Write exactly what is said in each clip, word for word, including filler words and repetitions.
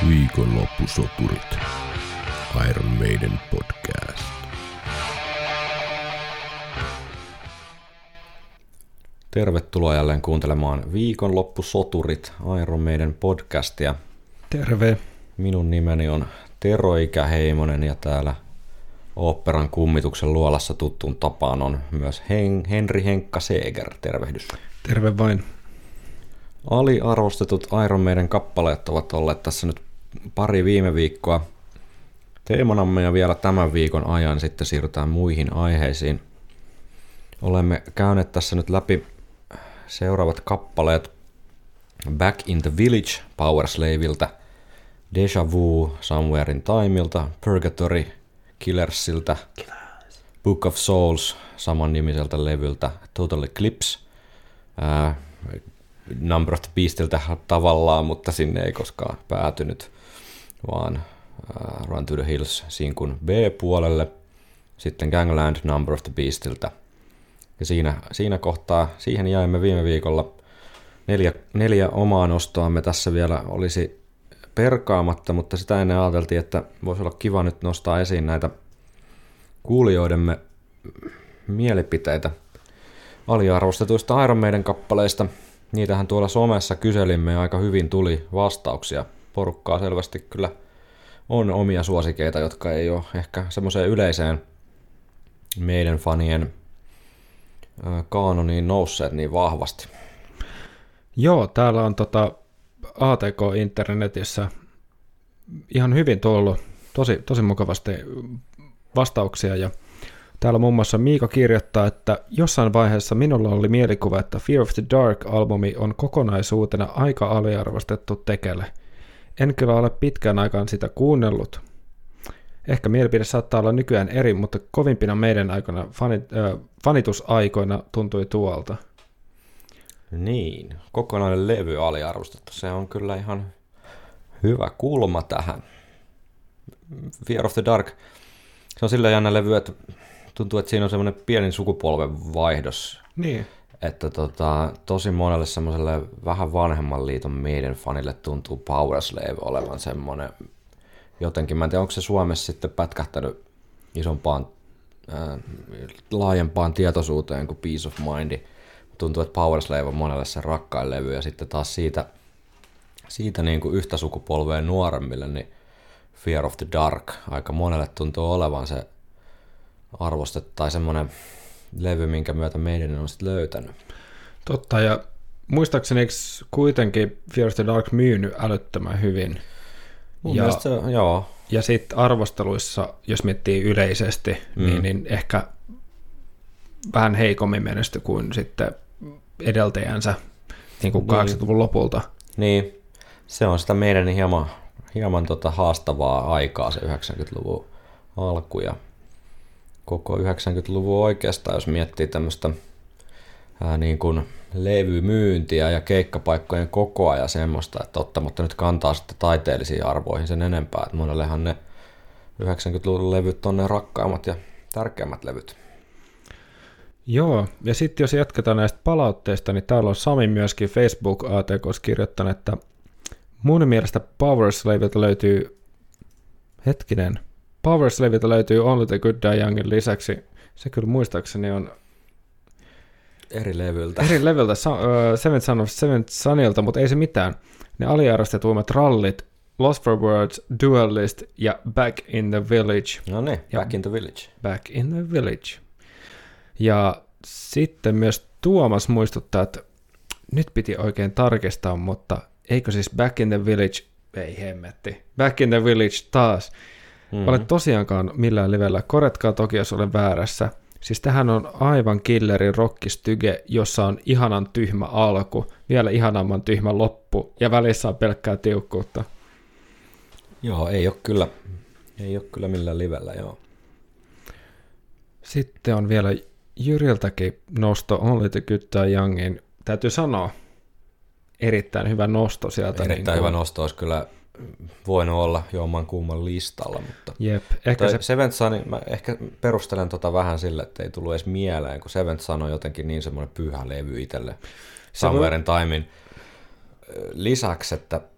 Viikonloppusoturit. Iron Maiden podcast. Tervetuloa jälleen kuuntelemaan Viikonloppusoturit Iron Maiden podcastia. Terve. Minun nimeni on Tero Ikäheimonen ja täällä oopperan kummituksen luolassa tuttuun tapaan on myös Hen- Henri Henkka Seeger. Tervehdys. Terve vain. Aliarvostetut Iron Maiden kappaleet ovat olleet tässä nyt pari viime viikkoa teemanamme ja vielä tämän viikon ajan sitten siirrytään muihin aiheisiin. Olemme käyneet tässä nyt läpi seuraavat kappaleet Back in the Village Powerslaveltä, Deja Vu Somewhere in Timeilta, Purgatory Killersiltä, Book of Souls samannimiseltä levyltä, Total Eclipse, ää, Number of the Beastiltä tavallaan, mutta sinne ei koskaan päätynyt, vaan uh, Run to the Hills sinkun B-puolelle, sitten Gangland Number of the Beastiltä. Ja siinä, siinä kohtaa, siihen jäimme viime viikolla neljä, neljä omaa nostoamme tässä vielä olisi perkaamatta, mutta sitä ennen ajateltiin, että voisi olla kiva nyt nostaa esiin näitä kuulijoidemme mielipiteitä aliarvostetuista Iron Maiden kappaleista. Niitähän tuolla somessa kyselimme ja aika hyvin tuli vastauksia. Porukkaa selvästi kyllä on omia suosikeita, jotka ei ole ehkä semmoiseen yleiseen meidän fanien kaanoniin nousseet niin vahvasti. Joo, täällä on tota A T K-internetissä ihan hyvin tullut tosi, tosi mukavasti vastauksia ja täällä muun muassa Miika kirjoittaa, että jossain vaiheessa minulla oli mielikuva, että Fear of the Dark-albumi on kokonaisuutena aika aliarvostettu tekele. En kyllä ole pitkään aikaan sitä kuunnellut. Ehkä mielipide saattaa olla nykyään eri, mutta kovimpina meidän aikana fanit, äh, fanitusaikoina tuntui tuolta. Niin, kokonainen levy aliarvostettu. Se on kyllä ihan hyvä kulma tähän. Fear of the Dark, se on sillä jännä levy, että tuntuu, että siinä on semmoinen pieni sukupolven vaihdos. Niin. Että tota, tosi monelle semmoiselle vähän vanhemman liiton meidän fanille tuntuu Powerslave olevan semmoinen jotenkin. Mä en tiedä, onko se Suomessa sitten pätkähtänyt isompaan, ää, laajempaan tietoisuuteen kuin Peace of Mind. Tuntuu, että Powerslave on monelle se rakkain levy ja sitten taas siitä, siitä niin kuin yhtä sukupolveen nuoremmille, niin Fear of the Dark aika monelle tuntuu olevan se arvostettu tai semmoinen levy, minkä myötä meidän on sitten löytänyt. Totta, ja muistaakseni eikö kuitenkin Fear of the Dark myynyt älyttömän hyvin? Mun ja, mielestä, joo. Ja sitten arvosteluissa, jos miettii yleisesti, mm. niin, niin ehkä vähän heikommin menesty kuin sitten edeltäjänsä niin kuin kahdeksankymmentäluvun lopulta. Niin, se on sitä meidän hieman, hieman tota haastavaa aikaa se yhdeksänkymmentäluvun alku ja koko yhdeksänkymmentäluvun oikeastaan, jos miettii tämmöistä ää, niin kuin levymyyntiä ja keikkapaikkojen kokoa ja semmoista, että ottamatta nyt kantaa sitten taiteellisiin arvoihin sen enempää, että monellehan ne yhdeksänkymmentäluvun levyt on ne rakkaimmat ja tärkeimmät levyt. Joo, ja sitten jos jatketaan näistä palautteista, niin täällä on Sami myöskin Facebook-A T K:ssa kirjoittanut, että mun mielestä Powerslavelta löytyy, hetkinen, Powerslavelta löytyy Only the Good Die Youngin lisäksi, se kyllä muistaakseni on eri levyltä. Eri levyltä, uh, Seven Son of Seven Sonilta, mutta ei se mitään. Ne aliarvostetuimmat rallit, Lost for Words, Duelist ja Back in the Village. No niin, Back in the Village. Back in the Village. Ja sitten myös Tuomas muistuttaa, että nyt piti oikein tarkistaa, mutta eikö siis Back in the Village, ei hemmetti, Back in the Village taas. Mm-hmm. Olet tosiaankaan millään livellä, korjatkaa toki, jos olen väärässä. Siis tähän on aivan killerin rockistyge, jossa on ihanan tyhmä alku, vielä ihanamman tyhmä loppu ja välissä on pelkkää tiukkuutta. Joo, ei ole kyllä, ei ole kyllä millään livellä, joo. Sitten on vielä Jyriltäkin nosto Only the Good Die Youngin. Täytyy sanoa, erittäin hyvä nosto sieltä. Erittäin niin hyvä nosto olisi kyllä voinut olla jomman kumman listalla, mutta Jep, ehkä se... Seventh Son, mä ehkä perustelen tota vähän sille, että ei tullut edes mieleen, kun Seventh Son on jotenkin niin semmoinen pyhä levy itselle Somewhere in Timein lisäksi, että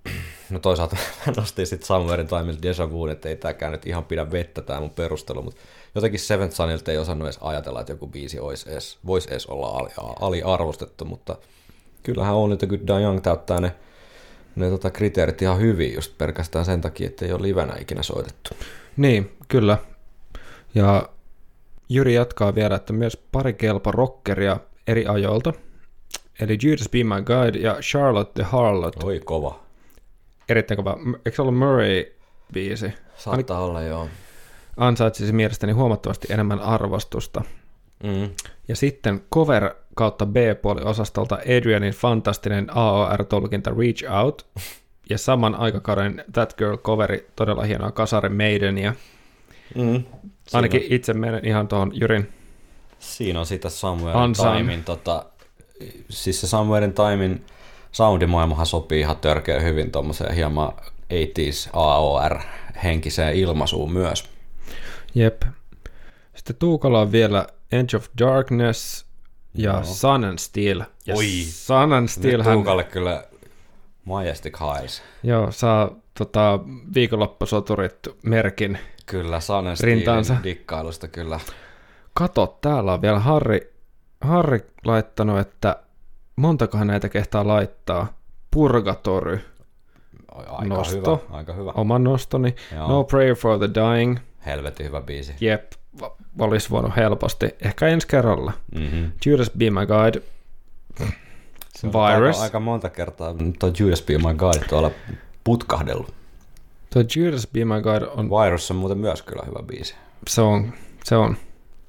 No toisaalta mä nostin sitten Somewhere Timeilta Deja Vu, että ei tääkään nyt ihan pidä vettä tää mun perustelu, mutta jotenkin Seventh Sonilta ei osannut edes ajatella, että joku biisi olisi edes, voisi edes olla ali, aliarvostettu, mutta kyllähän Only the Good Die Young täyttää ne, ne tota kriteerit ihan hyvin just pelkästään sen takia, että ei ole livenä ikinä soitettu. Niin, kyllä. Ja Jyri jatkaa vielä, että myös pari kelpo rockeria eri ajoilta, eli Judas Be My Guide ja Charlotte the Harlot. Oi kova. Erittäin kova. Eikö se ollut Murray-biisi? Saattaa olla, joo. Ansaitsisi mielestäni huomattavasti enemmän arvostusta. Mm. Ja sitten cover kautta B-puoli-osastolta Adrianin fantastinen A O R-tulkinta Reach Out ja saman aikakauden That Girl-coveri, todella hienoa Kasarin Maidenia. Mm. Ainakin on, itse menen ihan tuohon Jyrin. Siinä on sitä Somewhere in Timein, tota, siis se Somewhere in Timein soundimaailmahan sopii ihan törkeä hyvin tuommoiseen hieman eighties A O R-henkiseen ilmaisuun myös. Jep. Sitten Tuukalla on vielä Edge of Darkness ja no. Sun and Steel. Ja Oi, Sun and Steel hän... Tuukalle kyllä Majestic Highs. Joo, saa tota, viikonloppusoturit merkin. Kyllä, Sun and Steelin dikkailusta kyllä. Kato, täällä on vielä Harri, Harri laittanut, että montakohan näitä kehtaa laittaa. Purgatory. Aika Nosto. hyvä, aika hyvä. Oma nostoni. Joo. No Prayer for the Dying. Helvetin hyvä biisi. Jep, olisi voinut helposti. Ehkä ensi kerralla. Mm-hmm. Judas Be My Guide. Virus. Aika, aika monta kertaa tuo Judas Be My Guide tuolla putkahdellut. Tuo Judas Be My Guide on... Virus on muuten myös kyllä hyvä biisi. Se on, se on.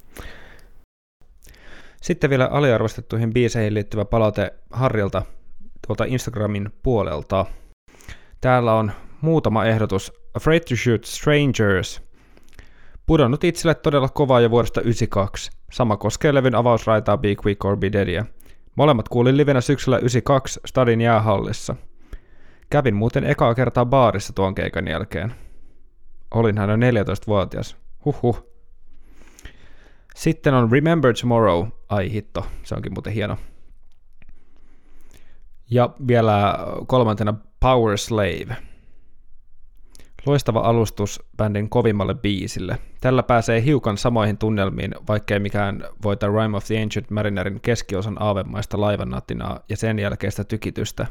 Sitten vielä aliarvostettuihin biiseihin liittyvä palaute Harrilta tuolta Instagramin puolelta. Täällä on muutama ehdotus. Afraid to Shoot Strangers. Pudonnut itselle todella kovaa jo vuodesta yhdeksänkymmentäkaksi. Sama koskee levyn avausraitaa Be Quick or Be Deadia. Molemmat kuulin livenä syksyllä yhdeksänkymmentäkaksi Stadin jäähallissa. Kävin muuten ekaa kertaa baarissa tuon keikan jälkeen. Olin hän jo neljätoistavuotias. Huhhuh. Sitten on Remember Tomorrow. Ai hitto, se onkin muuten hieno. Ja vielä kolmantena Power Slave. Loistava alustus bändin kovimmalle biisille. Tällä pääsee hiukan samoihin tunnelmiin, vaikkei mikään voita Rime of the Ancient Marinerin keskiosan aavemaista laivannatinaa ja sen jälkeistä tykitystä.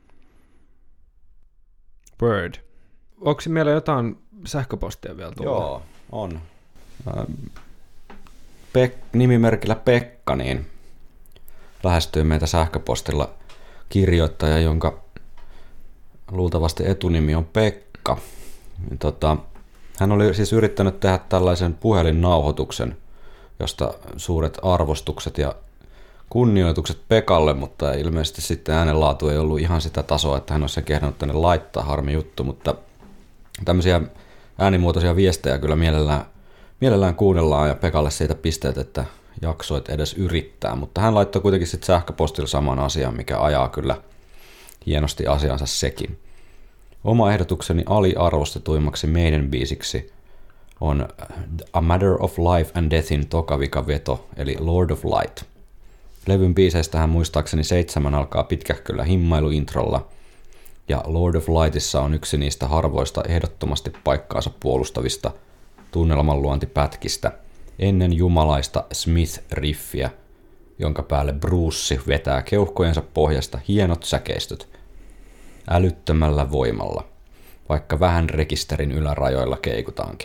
Word. Onko meillä jotain sähköpostia vielä tuolla? Joo, on. Pek- nimimerkillä Pekka niin lähestyy meitä sähköpostilla kirjoittaja, jonka luultavasti etunimi on Pekka. Tota, hän oli siis yrittänyt tehdä tällaisen puhelinnauhoituksen, josta suuret arvostukset ja kunnioitukset Pekalle, mutta ilmeisesti sitten äänenlaatu ei ollut ihan sitä tasoa, että hän olisi sen kehdannut tänne laittaa, harmi juttu, mutta tämmöisiä äänimuotoisia viestejä kyllä mielellään, mielellään kuunnellaan ja Pekalle siitä pisteet, että jaksoit edes yrittää, mutta hän laittoi kuitenkin sitten sähköpostilla saman asian, mikä ajaa kyllä hienosti asiansa sekin. Oma ehdotukseni aliarvostetuimmaksi meidän biisiksi on A Matter of Life and Deathin tokavika veto, eli Lord of Light. Levyn biiseistähän muistaakseni seitsemän alkaa pitkähköllä himmailuintrolla, ja Lord of Lightissa on yksi niistä harvoista ehdottomasti paikkaansa puolustavista tunnelmanluontipätkistä ennen jumalaista Smith-riffiä, jonka päälle Bruce vetää keuhkojensa pohjasta hienot säkeistöt älyttömällä voimalla, vaikka vähän rekisterin ylärajoilla keikutaankin.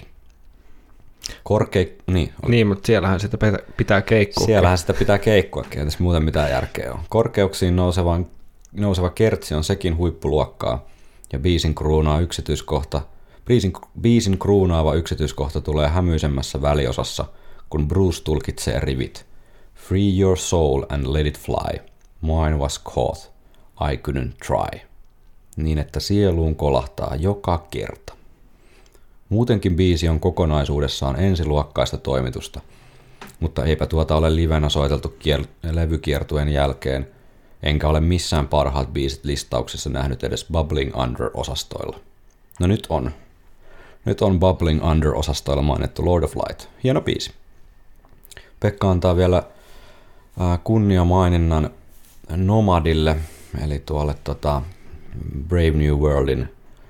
Korkei... Niin, niin, mutta siellähän sitä pitää keikkua. Siellähän sitä pitää keikkua, ei tässä muuten mitään järkeä ole. Korkeuksiin nousevan, nouseva kertsi on sekin huippuluokkaa, ja biisin kruunaa yksityiskohta, biisin, biisin kruunaava yksityiskohta tulee hämyisemmässä väliosassa, kun Bruce tulkitsee rivit. Free your soul and let it fly. Mine was caught. I couldn't try. Niin, että sieluun kolahtaa joka kerta. Muutenkin biisi on kokonaisuudessaan ensiluokkaista toimitusta, mutta eipä tuota ole livenä soiteltu kiel- levykiertueen jälkeen, enkä ole missään parhaat biisit listauksessa nähnyt edes Bubbling Under-osastoilla. No nyt on. Nyt on Bubbling Under-osastoilla mainittu Lord of Light. Hieno biisi. Pekka antaa vielä äh, kunniamaininnan Nomadille, eli tuolle tota, Brave New Worldin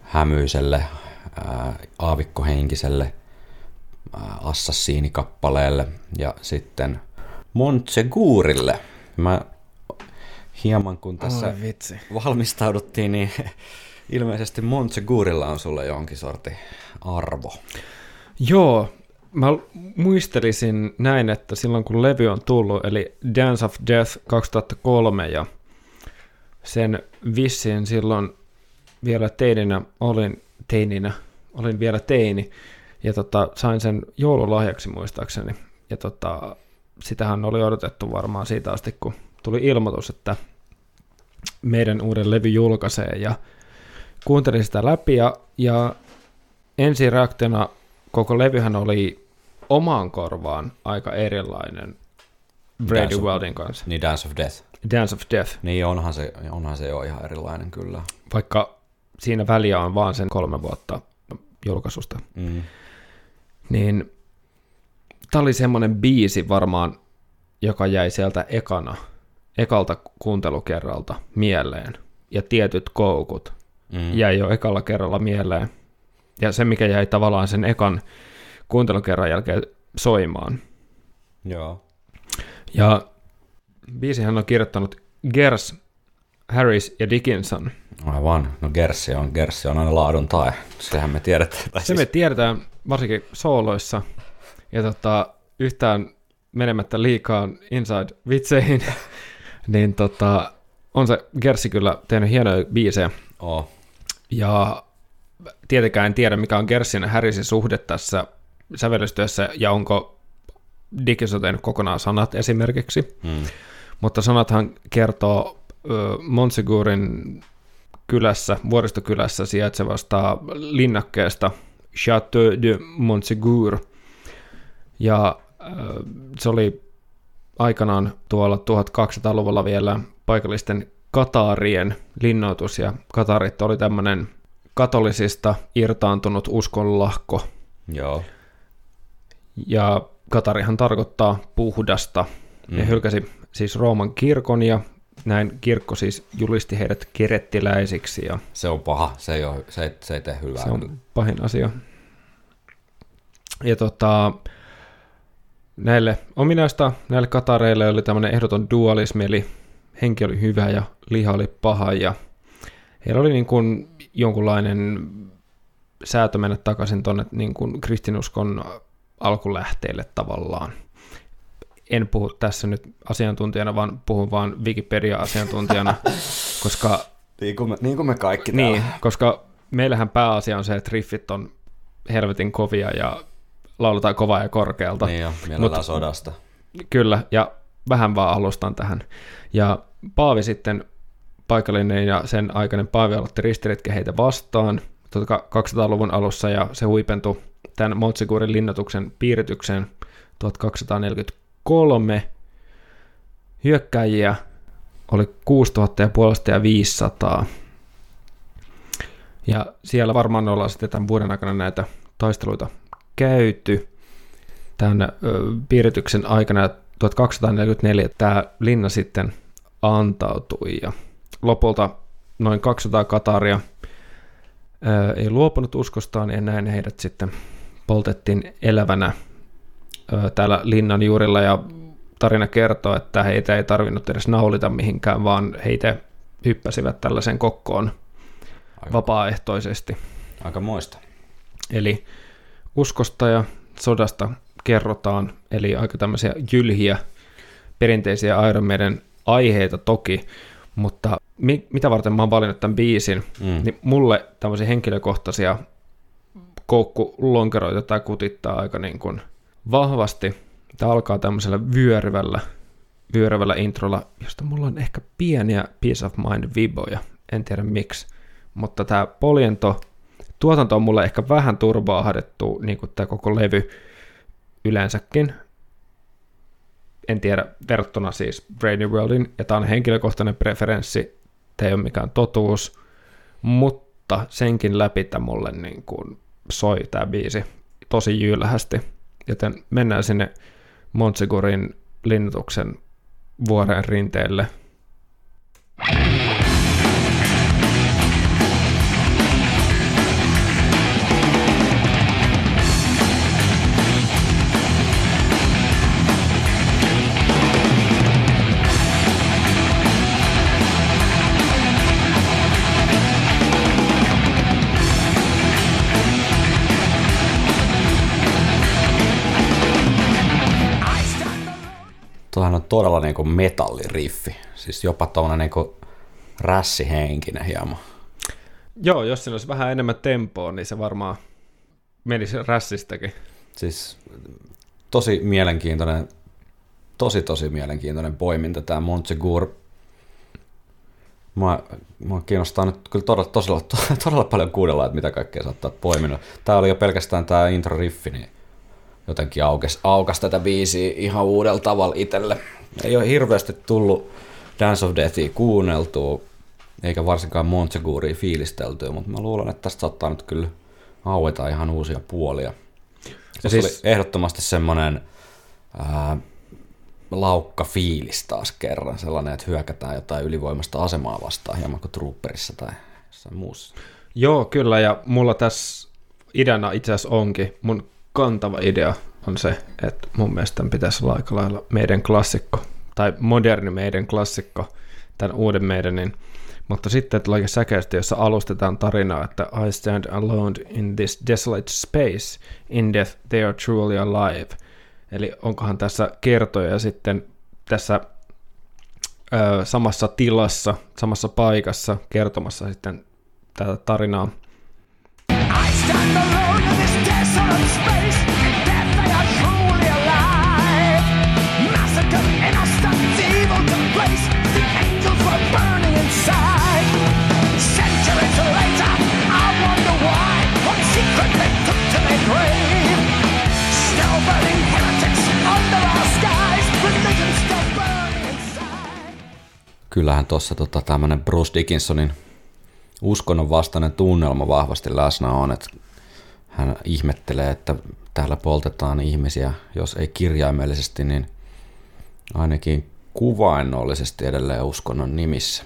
hämyiselle, ää, aavikkohenkiselle ää, assassiinikappaleelle ja sitten Montseguurille. Mä hieman kun tässä valmistauduttiin, niin ilmeisesti Montseguurilla on sulle jonkin sorti arvo. Joo, mä muistelisin näin, että silloin kun levy on tullut, eli Dance of Death kaksituhattakolme, ja sen vissiin silloin vielä teininä olin, teininä, olin vielä teini, ja tota, sain sen joululahjaksi muistaakseni, ja tota, sitähän oli odotettu varmaan siitä asti, kun tuli ilmoitus, että meidän uuden levy julkaisee, ja kuuntelin sitä läpi, ja, ja ensireaktiona koko levyhän oli omaan korvaan aika erilainen Brady Weldin kanssa. Niin Dance of Death. Dance of Death. Niin onhan se, onhan se jo ihan erilainen kyllä. Vaikka siinä väliä on vaan sen kolme vuotta julkaisusta. Mm. Niin tämä oli semmoinen biisi varmaan, joka jäi sieltä ekana, ekalta kuuntelukerralta mieleen. Ja tietyt koukut mm. jäi jo ekalla kerralla mieleen. Ja se, mikä jäi tavallaan sen ekan kuuntelukerran jälkeen soimaan. Joo. Ja biisihän on kirjoittanut Gers, Harris ja Dickinson. Aivan. No Gersi on, Gersi on aina laadun tae. Sehän me tiedetään. Se siis me tiedetään varsinkin sooloissa. Ja tota, yhtään menemättä liikaa inside-vitseihin, niin tota, on se Gersi kyllä tehnyt hienoja biisejä. Oh. Ja tietenkään en tiedä, mikä on Gersin ja Harrisin suhde tässä sävellystyössä, ja onko Dickinson tehnyt kokonaan sanat esimerkiksi. Hmm. Mutta sanathan kertoo äh, Montseguurin kylässä, vuoristokylässä sijaitsevasta linnakkeesta Château de Montségur. Ja äh, se oli aikanaan tuolla tuhatkaksisataaluvulla vielä paikallisten kataarien linnoitus, ja katarit oli tämmöinen katolisista irtaantunut uskonlahko. Joo. Ja katarihan tarkoittaa puhdasta. Mm. Ne hylkäsi siis Rooman kirkon, ja näin kirkko siis julisti heidät kerettiläisiksi. Ja se on paha, se ei, ole, se ei, se ei tee hyvää. Se on pahin asia. Ja tota, näille ominaista, näille katareille oli tämmöinen ehdoton dualismi, eli henki oli hyvä ja liha oli paha, ja heillä oli niin kuin jonkunlainen säätö mennä takaisin tuonne niin kuin kristinuskon alkulähteille tavallaan. En puhu tässä nyt asiantuntijana, vaan puhun vaan Wikipedia-asiantuntijana, koska niin kuin me, niin kuin me kaikki niin, täällä. Koska meillähän pääasia on se, että riffit on helvetin kovia ja lauletaan kovaa ja korkealta. Niin jo, mielellään sodasta. Kyllä, ja vähän vaan alustan tähän. Ja Paavi sitten, paikallinen ja sen aikainen Paavi aloitti ristiretken heitä vastaan kaksisataaluvun alussa, ja se huipentui tämän Montseguurin linnoituksen piiritykseen tuhatkaksisataaneljäkymmentäkolme. Hyökkäjiä oli kuusituhatta ja puolesta viisisataa. Ja siellä varmaan ollaan sitten tämän vuoden aikana näitä taisteluita käyty. Tämän ö, piirityksen aikana tuhatkaksisataaneljäkymmentäneljä tämä linna sitten antautui, ja lopulta noin kaksisataa kataria ö, ei luopunut uskostaan, ja näin heidät sitten poltettiin elävänä ö, täällä linnan juurilla, ja tarina kertoo, että heitä ei tarvinnut edes naulita mihinkään, vaan heitä hyppäsivät tällaisen kokkoon aika vapaaehtoisesti. Aika moista. Eli uskosta ja sodasta kerrotaan, eli aika tämmöisiä jylhiä, perinteisiä Iron Maiden aiheita toki, mutta mi- mitä varten mä oon valinnut tämän biisin, mm. niin mulle tämmöisiä henkilökohtaisia koukkulonkeroita tai kutittaa aika niin kuin vahvasti. Tämä alkaa tämmöisellä vyöryvällä, vyöryvällä introlla, josta mulla on ehkä pieniä Peace of Mind-viboja, en tiedä miksi, mutta tämä poljento, tuotanto on mulle ehkä vähän turbaahdettu, niin kuin tämä koko levy yleensäkin. En tiedä, verrattuna siis Brady Weldin, ja tämä on henkilökohtainen preferenssi, tämä ei ole mikään totuus, mutta senkin läpi tämä mulle niin kuin soi tämä biisi tosi jylhästi, joten mennään sinne Montseguurin linnoituksen vuoren rinteelle. todella niinku metalliriffi, siis jopa tuollainen niinku rässihenkinen hieman. Joo, jos siinä olisi vähän enemmän tempoa, niin se varmaan menisi rässistäkin. Siis tosi mielenkiintoinen, tosi tosi mielenkiintoinen poiminta tämä Montsegur. Mä, mä kiinnostaa nyt kyllä todella, todella, todella paljon kuunnella, että mitä kaikkea sä oot poiminut. Tää oli jo pelkästään tää intro-riffi, niin jotenkin aukesi, aukesi tätä biisiä ihan uudella tavalla itselle. Ei ole hirveästi tullut Dance of Deathia kuunneltua, eikä varsinkaan Montseguria fiilisteltyä, mutta mä luulen, että tästä saattaa nyt kyllä aueta ihan uusia puolia. Se siis oli ehdottomasti semmoinen ää, laukka fiilis taas kerran, sellainen, että hyökätään jotain ylivoimasta asemaa vastaan hieman kuin Trooperissa tai jossain muussa. Joo, kyllä, ja mulla tässä ideana itse asiassa onkin, mun kantava idea on se, että mun mielestä pitäisi olla aika lailla meidän klassikko, tai moderni meidän klassikko, tämän uuden meidänin, mutta sitten tulee säkeästi, jossa alustetaan tarinaa, että I stand alone in this desolate space, in death they are truly alive. Eli onkohan tässä kertoja sitten tässä ö, samassa tilassa, samassa paikassa kertomassa sitten tätä tarinaa. I stand alone in this desolate space, in death they are truly alive. Massacre innocent evil took place, the angels were burning inside. Centuries later, I wonder why, what secret they took to their grave. Still burning heretics under our skies, religion still burning inside. Kyllähän tuossa tota, tämmönen Bruce Dickinsonin uskonnon vastainen tunnelma vahvasti läsnä on, että hän ihmettelee, että täällä poltetaan ihmisiä, jos ei kirjaimellisesti, niin ainakin kuvainnollisesti edelleen uskonnon nimissä.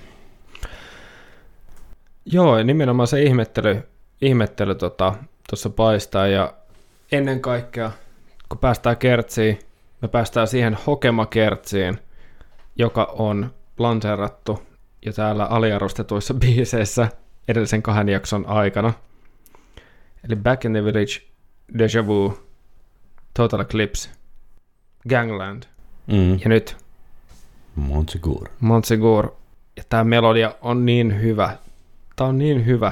Joo, ja nimenomaan se ihmettely, ihmettely tuossa tota, paistaa, ja ennen kaikkea, kun päästään kertsiin, me päästään siihen Hokema-kertsiin, joka on lanseerattu jo täällä aliarvostetuissa biiseissä edellisen kahden jakson aikana. Eli Back in the Village, Deja Vu, Total Eclipse, Gangland mm. ja nyt Montsegur. Montsegur. Ja tää melodia on niin hyvä. Tää on niin hyvä.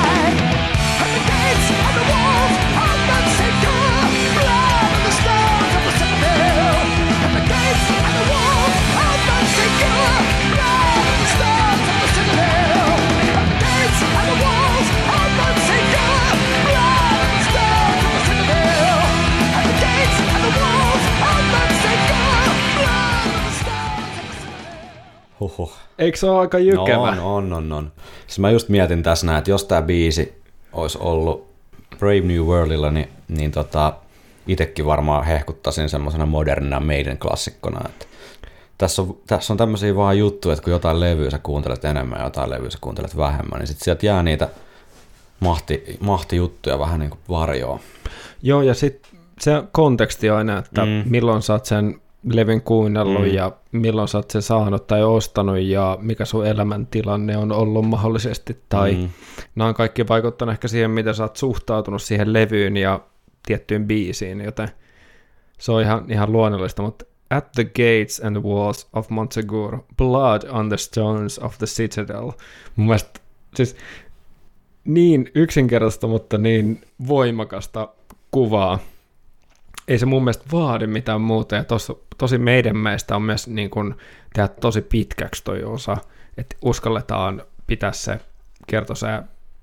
Huhhuh. Eikö se ole aika jykevä? No, on, on, on, on. Siis mä just mietin tässä näin, että jos tää biisi olisi ollut Brave New Worldilla, niin, niin tota, itekin varmaan hehkuttaisin semmoisena modernina meidän klassikkona. Että tässä, on, tässä on tämmöisiä vaan juttuja, että kun jotain levyä sä kuuntelet enemmän ja jotain levyä sä kuuntelet vähemmän, niin sit sieltä jää niitä mahti, mahtijuttuja vähän niin kuin varjoon. Joo, ja sitten se konteksti aina, että mm. milloin sä oot sen levyn kuunnellut mm. ja milloin sä oot sen saanut tai ostanut ja mikä sun elämäntilanne on ollut mahdollisesti. Tai mm. nämä on kaikki vaikuttanut ehkä siihen, miten sä oot suhtautunut siihen levyyn ja tiettyyn biisiin, joten se on ihan, ihan luonnollista. Mutta At the gates and the walls of Montsegur, blood on the stones of the citadel. Mun mielestä siis niin yksinkertaista, mutta niin voimakasta kuvaa. Ei se mun mielestä vaadi mitään muuta, ja tos, tosi meidän meistä on myös niin kun, tehdä tosi pitkäksi toi osa, että uskalletaan pitää se kertosää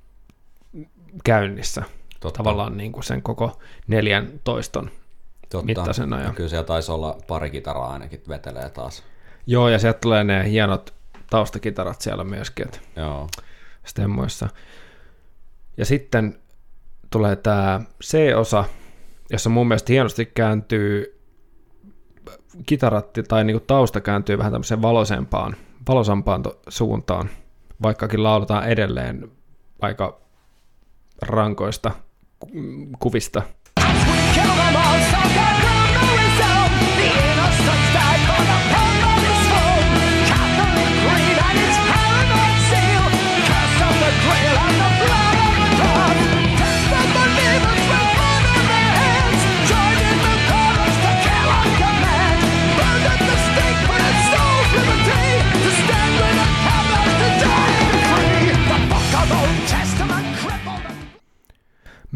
käynnissä. Totta. Tavallaan niin kuin sen koko neljän toiston Totta. mittaisena. Ja kyllä siellä taisi olla pari kitaraa ainakin vetelee taas. Joo, ja sieltä tulee ne hienot taustakitarat siellä myöskin, että Joo. stemmoissa. Ja sitten tulee tämä C-osa, jossa mun mielestä hienosti kääntyy kitaratti tai niinku tausta kääntyy vähän tämmöiseen valoisempaan, valoisampaan to- suuntaan, vaikkakin lauletaan edelleen aika rankoista kuvista.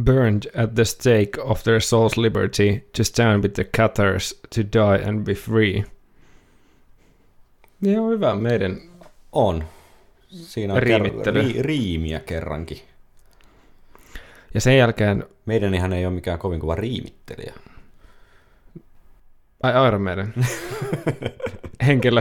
burned at the stake of their soul's liberty to stand with the Cathars to die and be free. Niin on hyvä meidän on. Siinä on riimittely. Ker- ri- riimiä kerrankin. Ja sen jälkeen... Meidän ihan ei ole mikään kovin kova riimittelijä. Ai Iron Maiden. Henkilö.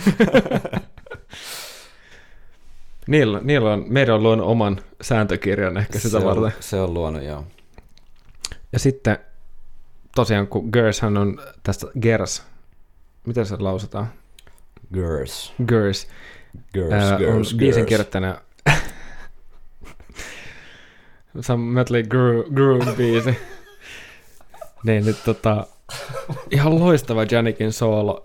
niillä, niillä on, meidän on luonut oman sääntökirjan ehkä sitä se varten. On, se on luonut, joo. Ja sitten tosiaan, kun Gershan on tästä Gers, miten se lausutaan? Gers. Gers. Gers, Ää, Gers, on biisin Gers. kirjoittajana Some Mötley Crüe-biisi. niin nyt tota, ihan loistava Janikin soolo.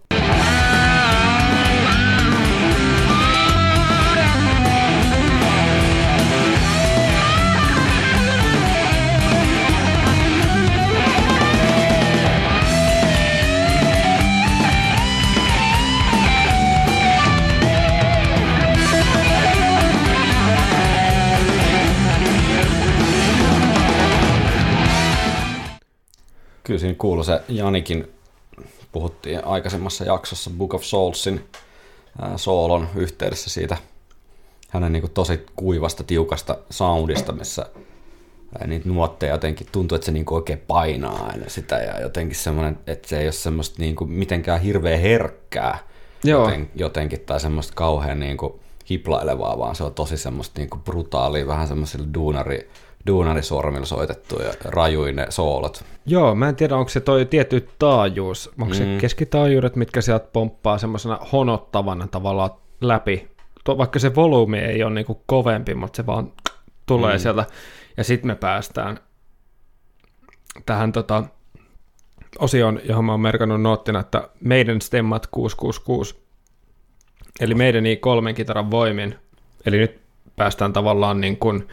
Kyllä siinä kuului se Janikin, puhuttiin aikaisemmassa jaksossa Book of Soulsin ää, soolon yhteydessä siitä hänen niin kuin tosi kuivasta, tiukasta soundista, missä ää, niitä nuotteja jotenkin tuntuu, että se niin kuin oikein painaa aina sitä ja jotenkin semmoinen, että se ei ole semmoista niin kuin mitenkään hirveän herkkää joten, jotenkin tai semmoista kauhean niin kuin hiplailevaa, vaan se on tosi semmoista niin kuin brutaalia, vähän semmoisilla duunari duunarisormilla soitettu ja rajuin ne soolot. Joo, mä en tiedä, onko se toi tietty taajuus, onko mm. se keskitaajuudet, mitkä sieltä pomppaa semmoisena honottavana tavallaan läpi, to, vaikka se volyymi ei ole niinku kovempi, mutta se vaan tulee mm. sieltä, ja sitten me päästään tähän tota, osioon, johon mä oon merkannut noottina, että meidän stemmat kuusi kuusi kuusi, eli meidän i kolmen kitaran voimin, eli nyt päästään tavallaan niin kuin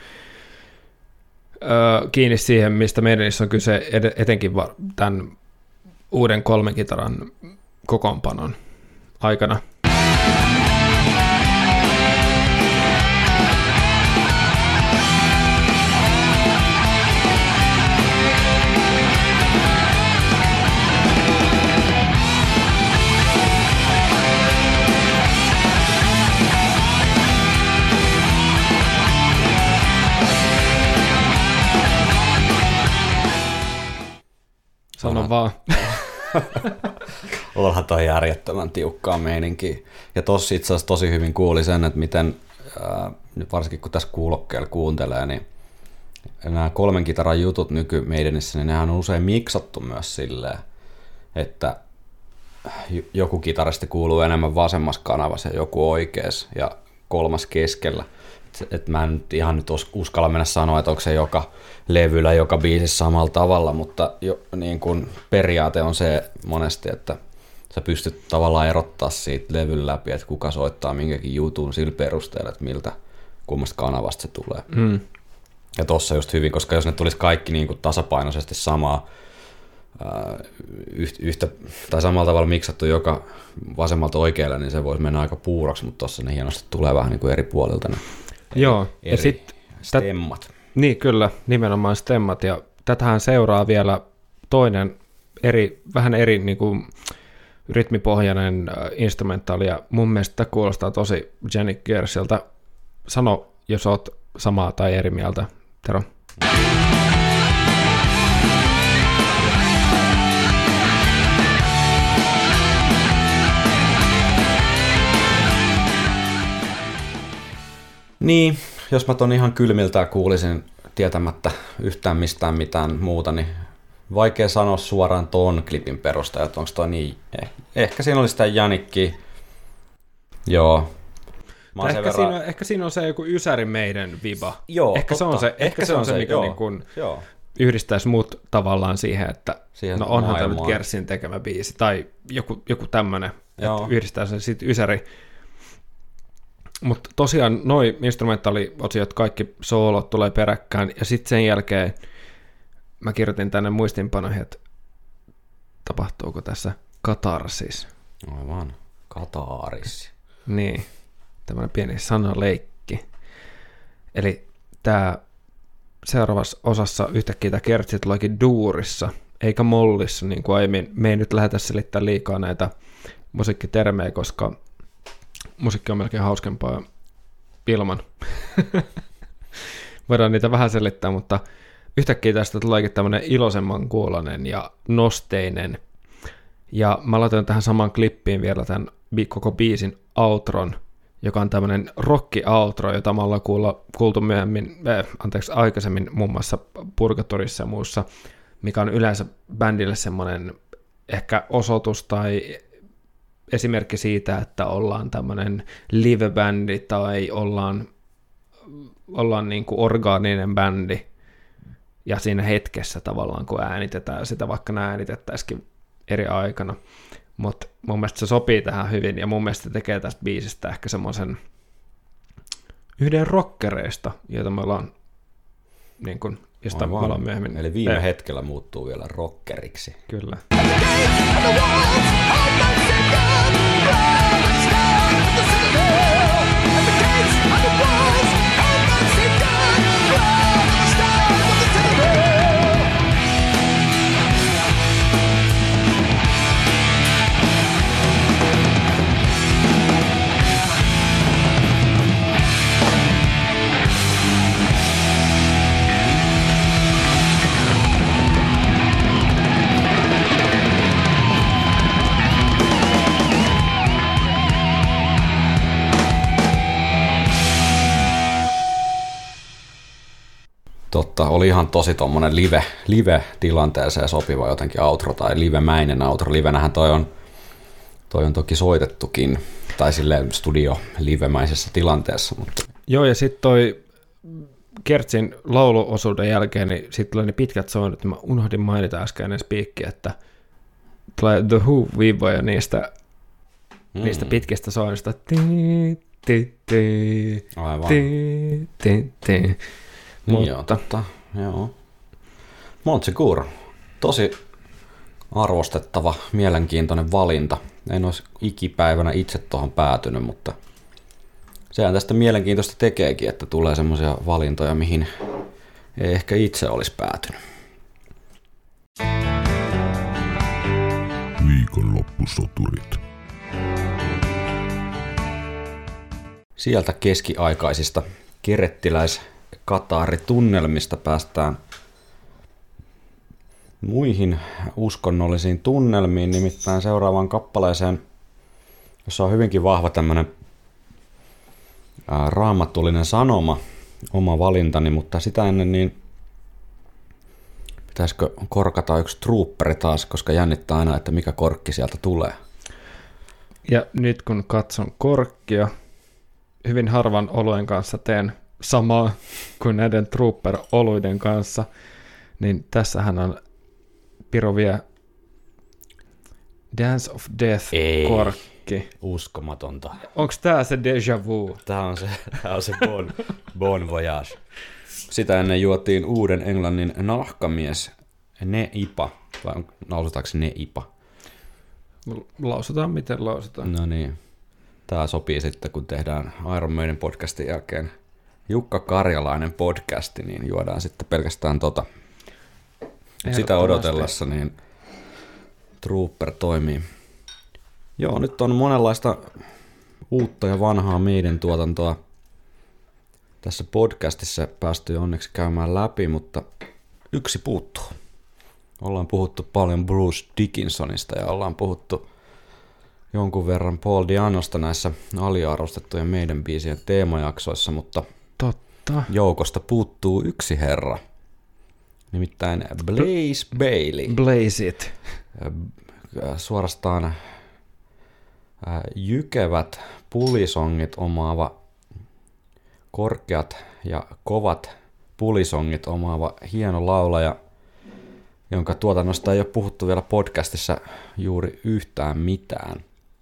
kiinni siihen, mistä meidän on kyse etenkin tämän uuden kolmen kitaran kokoonpanon aikana. Sano vaan. Ollaan toi järjettömän tiukkaa meininkiä. Ja tossa itse asiassa tosi hyvin kuuli sen, että miten, ää, varsinkin kun tässä kuulokkeella kuuntelee, niin nämä kolmen kitaran jutut nykymeidenissä, niin nehän on usein miksattu myös silleen, että joku kitaristi kuuluu enemmän vasemmassa kanavassa ja joku oikeassa ja kolmas keskellä. Et mä en nyt ihan nyt uskalla mennä sanoa, että onko se joka levyllä, joka biisissä samalla tavalla, mutta jo, niin kun periaate on se monesti, että sä pystyt tavallaan erottaa siitä levyn läpi, että kuka soittaa minkäkin jutun sillä perusteella, että miltä kummasta kanavasta se tulee. Mm. Ja tossa just hyvin, koska jos ne tulisi kaikki niin kuin tasapainoisesti samaa, yhtä, tai samalla tavalla miksattu joka vasemmalta oikealle, niin se voisi mennä aika puuroksi, mutta tossa ne hienosti tulee vähän niin kuin eri puolilta ne Joo, eri ja sit, stemmat. Tät, niin kyllä, nimenomaan stemmat, ja tätähän seuraa vielä toinen eri, vähän eri niin kuin rytmipohjainen instrumentaali, ja mun mielestä tämä kuulostaa tosi Janik Gersiltä. Sano, jos oot samaa tai eri mieltä, Tero. Niin, jos mä ton ihan kylmiltään kuulisin tietämättä yhtään mistään mitään muuta, niin vaikea sanoa suoraan ton klipin perusteella, että onko toi niin. Eh, ehkä siinä oli sitä Janikki. Joo. Ehkä, verran... siinä on, ehkä siinä on se joku Ysäri meidän viba. Joo, ehkä, se on se, ehkä, ehkä se on se, mikä joo, niin kuin joo. yhdistäisi mut tavallaan siihen, että siihen no onhan tämä nyt Gersin tekemä biisi, tai joku, joku tämmöinen, että yhdistää sen sitten Ysäri. Mutta tosiaan noi instrumentaaliosiot, kaikki soolot tulee peräkkään, ja sitten sen jälkeen mä kirjoitin tänne muistinpanoihin, että tapahtuuko tässä katarsis. Aivan, kataris. Niin, tämmöinen pieni sanaleikki. Eli tämä seuraavassa osassa yhtäkkiä tämä kertsi tuleekin duurissa, eikä mollissa, niin kuin aiemmin. Me ei nyt lähdetä selittämään liikaa näitä musiikkitermejä, koska musiikki on melkein hauskempaa ilman. Voidaan niitä vähän selittää, mutta yhtäkkiä tästä tuleekin tämmöinen iloisemman kuulonen ja nosteinen. Ja mä laitoin tähän samaan klippiin vielä tämän koko biisin outron, joka on tämmöinen rock-outro, jota me ollaan kuulla, kuultu myöhemmin, äh, anteeksi, aikaisemmin muun muassa Purgatorissa ja muussa, mikä on yleensä bändille semmoinen ehkä osoitus tai esimerkki siitä, että ollaan tämmöinen live-bändi tai ollaan, ollaan niin kuin orgaaninen bändi ja siinä hetkessä tavallaan, kun äänitetään sitä, vaikka nämä äänitettäisikin eri aikana. Mutta mun mielestä se sopii tähän hyvin, ja mun mielestä se tekee tästä biisistä ehkä semmoisen yhden rockereista, joita me ollaan, niin kun, josta me ollaan myöhemmin. Eli viime eh. hetkellä muuttuu vielä rockeriksi. Kyllä. Totta, oli ihan tosi tommonen live, live-tilanteeseen sopiva jotenkin outro tai live-mäinen outro. Livenähän toi on, toi on toki soitettukin, tai silleen studio livemäisessä tilanteessa. Mutta. Joo, ja sitten toi Kertsin lauluosuuden jälkeen, niin sitten tulee ne pitkät soinnut, niin mä unohdin mainita äsken ennen spiikkiä, että tulee The Who-viivoja niistä, mm. niistä pitkistä soinnista. Aivan. Niin mutta, joo, totta, joo. Montsegur, tosi arvostettava, mielenkiintoinen valinta. En olisi ikipäivänä itse tuohon päätynyt, mutta sehän tästä mielenkiintoista tekeekin, että tulee semmoisia valintoja, mihin ei ehkä itse olisi päätynyt. Viikonloppusoturit. Sieltä keskiaikaisista kerettiläis-kataaritunnelmista päästään muihin uskonnollisiin tunnelmiin, nimittäin seuraavaan kappaleeseen, jossa on hyvinkin vahva tämmöinen raamatullinen sanoma, oma valintani, mutta sitä ennen niin pitäisikö korkata yksi truupperi taas, koska jännittää aina, että mikä korkki sieltä tulee. Ja nyt kun katson korkkia, hyvin harvan oluen kanssa teen samaa kuin näiden trooper-oluiden kanssa, niin tässähän on Piro vie Dance of Death-korkki. Uskomatonta. Onko tää se Deja Vu? Tää on se, tää on se bon, bon Voyage. Sitä ennen juotiin uuden englannin nahkamies Ne Ipa, vai lausutaanko Ne Ipa? Lausutaan miten lausutaan. No niin. Tää sopii sitten, kun tehdään Iron Maiden podcastin jälkeen Jukka Karjalainen podcasti, niin juodaan sitten pelkästään tota. Sitä odotellessa, niin Trooper toimii. Joo, nyt on monenlaista uutta ja vanhaa meidän tuotantoa tässä podcastissa päästy onneksi käymään läpi, mutta yksi puuttuu. Ollaan puhuttu paljon Bruce Dickinsonista ja ollaan puhuttu jonkun verran Paul Di'Annosta näissä aliarvostettujen meidän biisien teemajaksoissa, mutta totta. Joukosta puuttuu yksi herra, nimittäin Blaze Bayley. Blaze it. Suorastaan jykevät pulisongit omaava, korkeat ja kovat pulisongit omaava hieno laulaja, jonka tuotannosta ei ole puhuttu vielä podcastissa juuri yhtään mitään.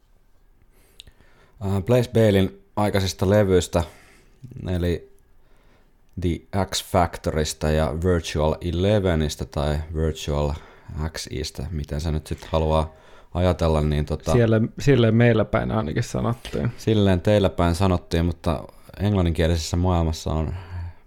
Blaze Bayleyn aikaisista levyistä, eli The X Factorista ja Virtual Elevenistä tai Virtual Xistä, miten sä nyt sitten haluaa ajatella. Niin tota, Siellä, silleen meillä päin ainakin sanottiin. Silleen teillä päin sanottiin, mutta englanninkielisessä maailmassa on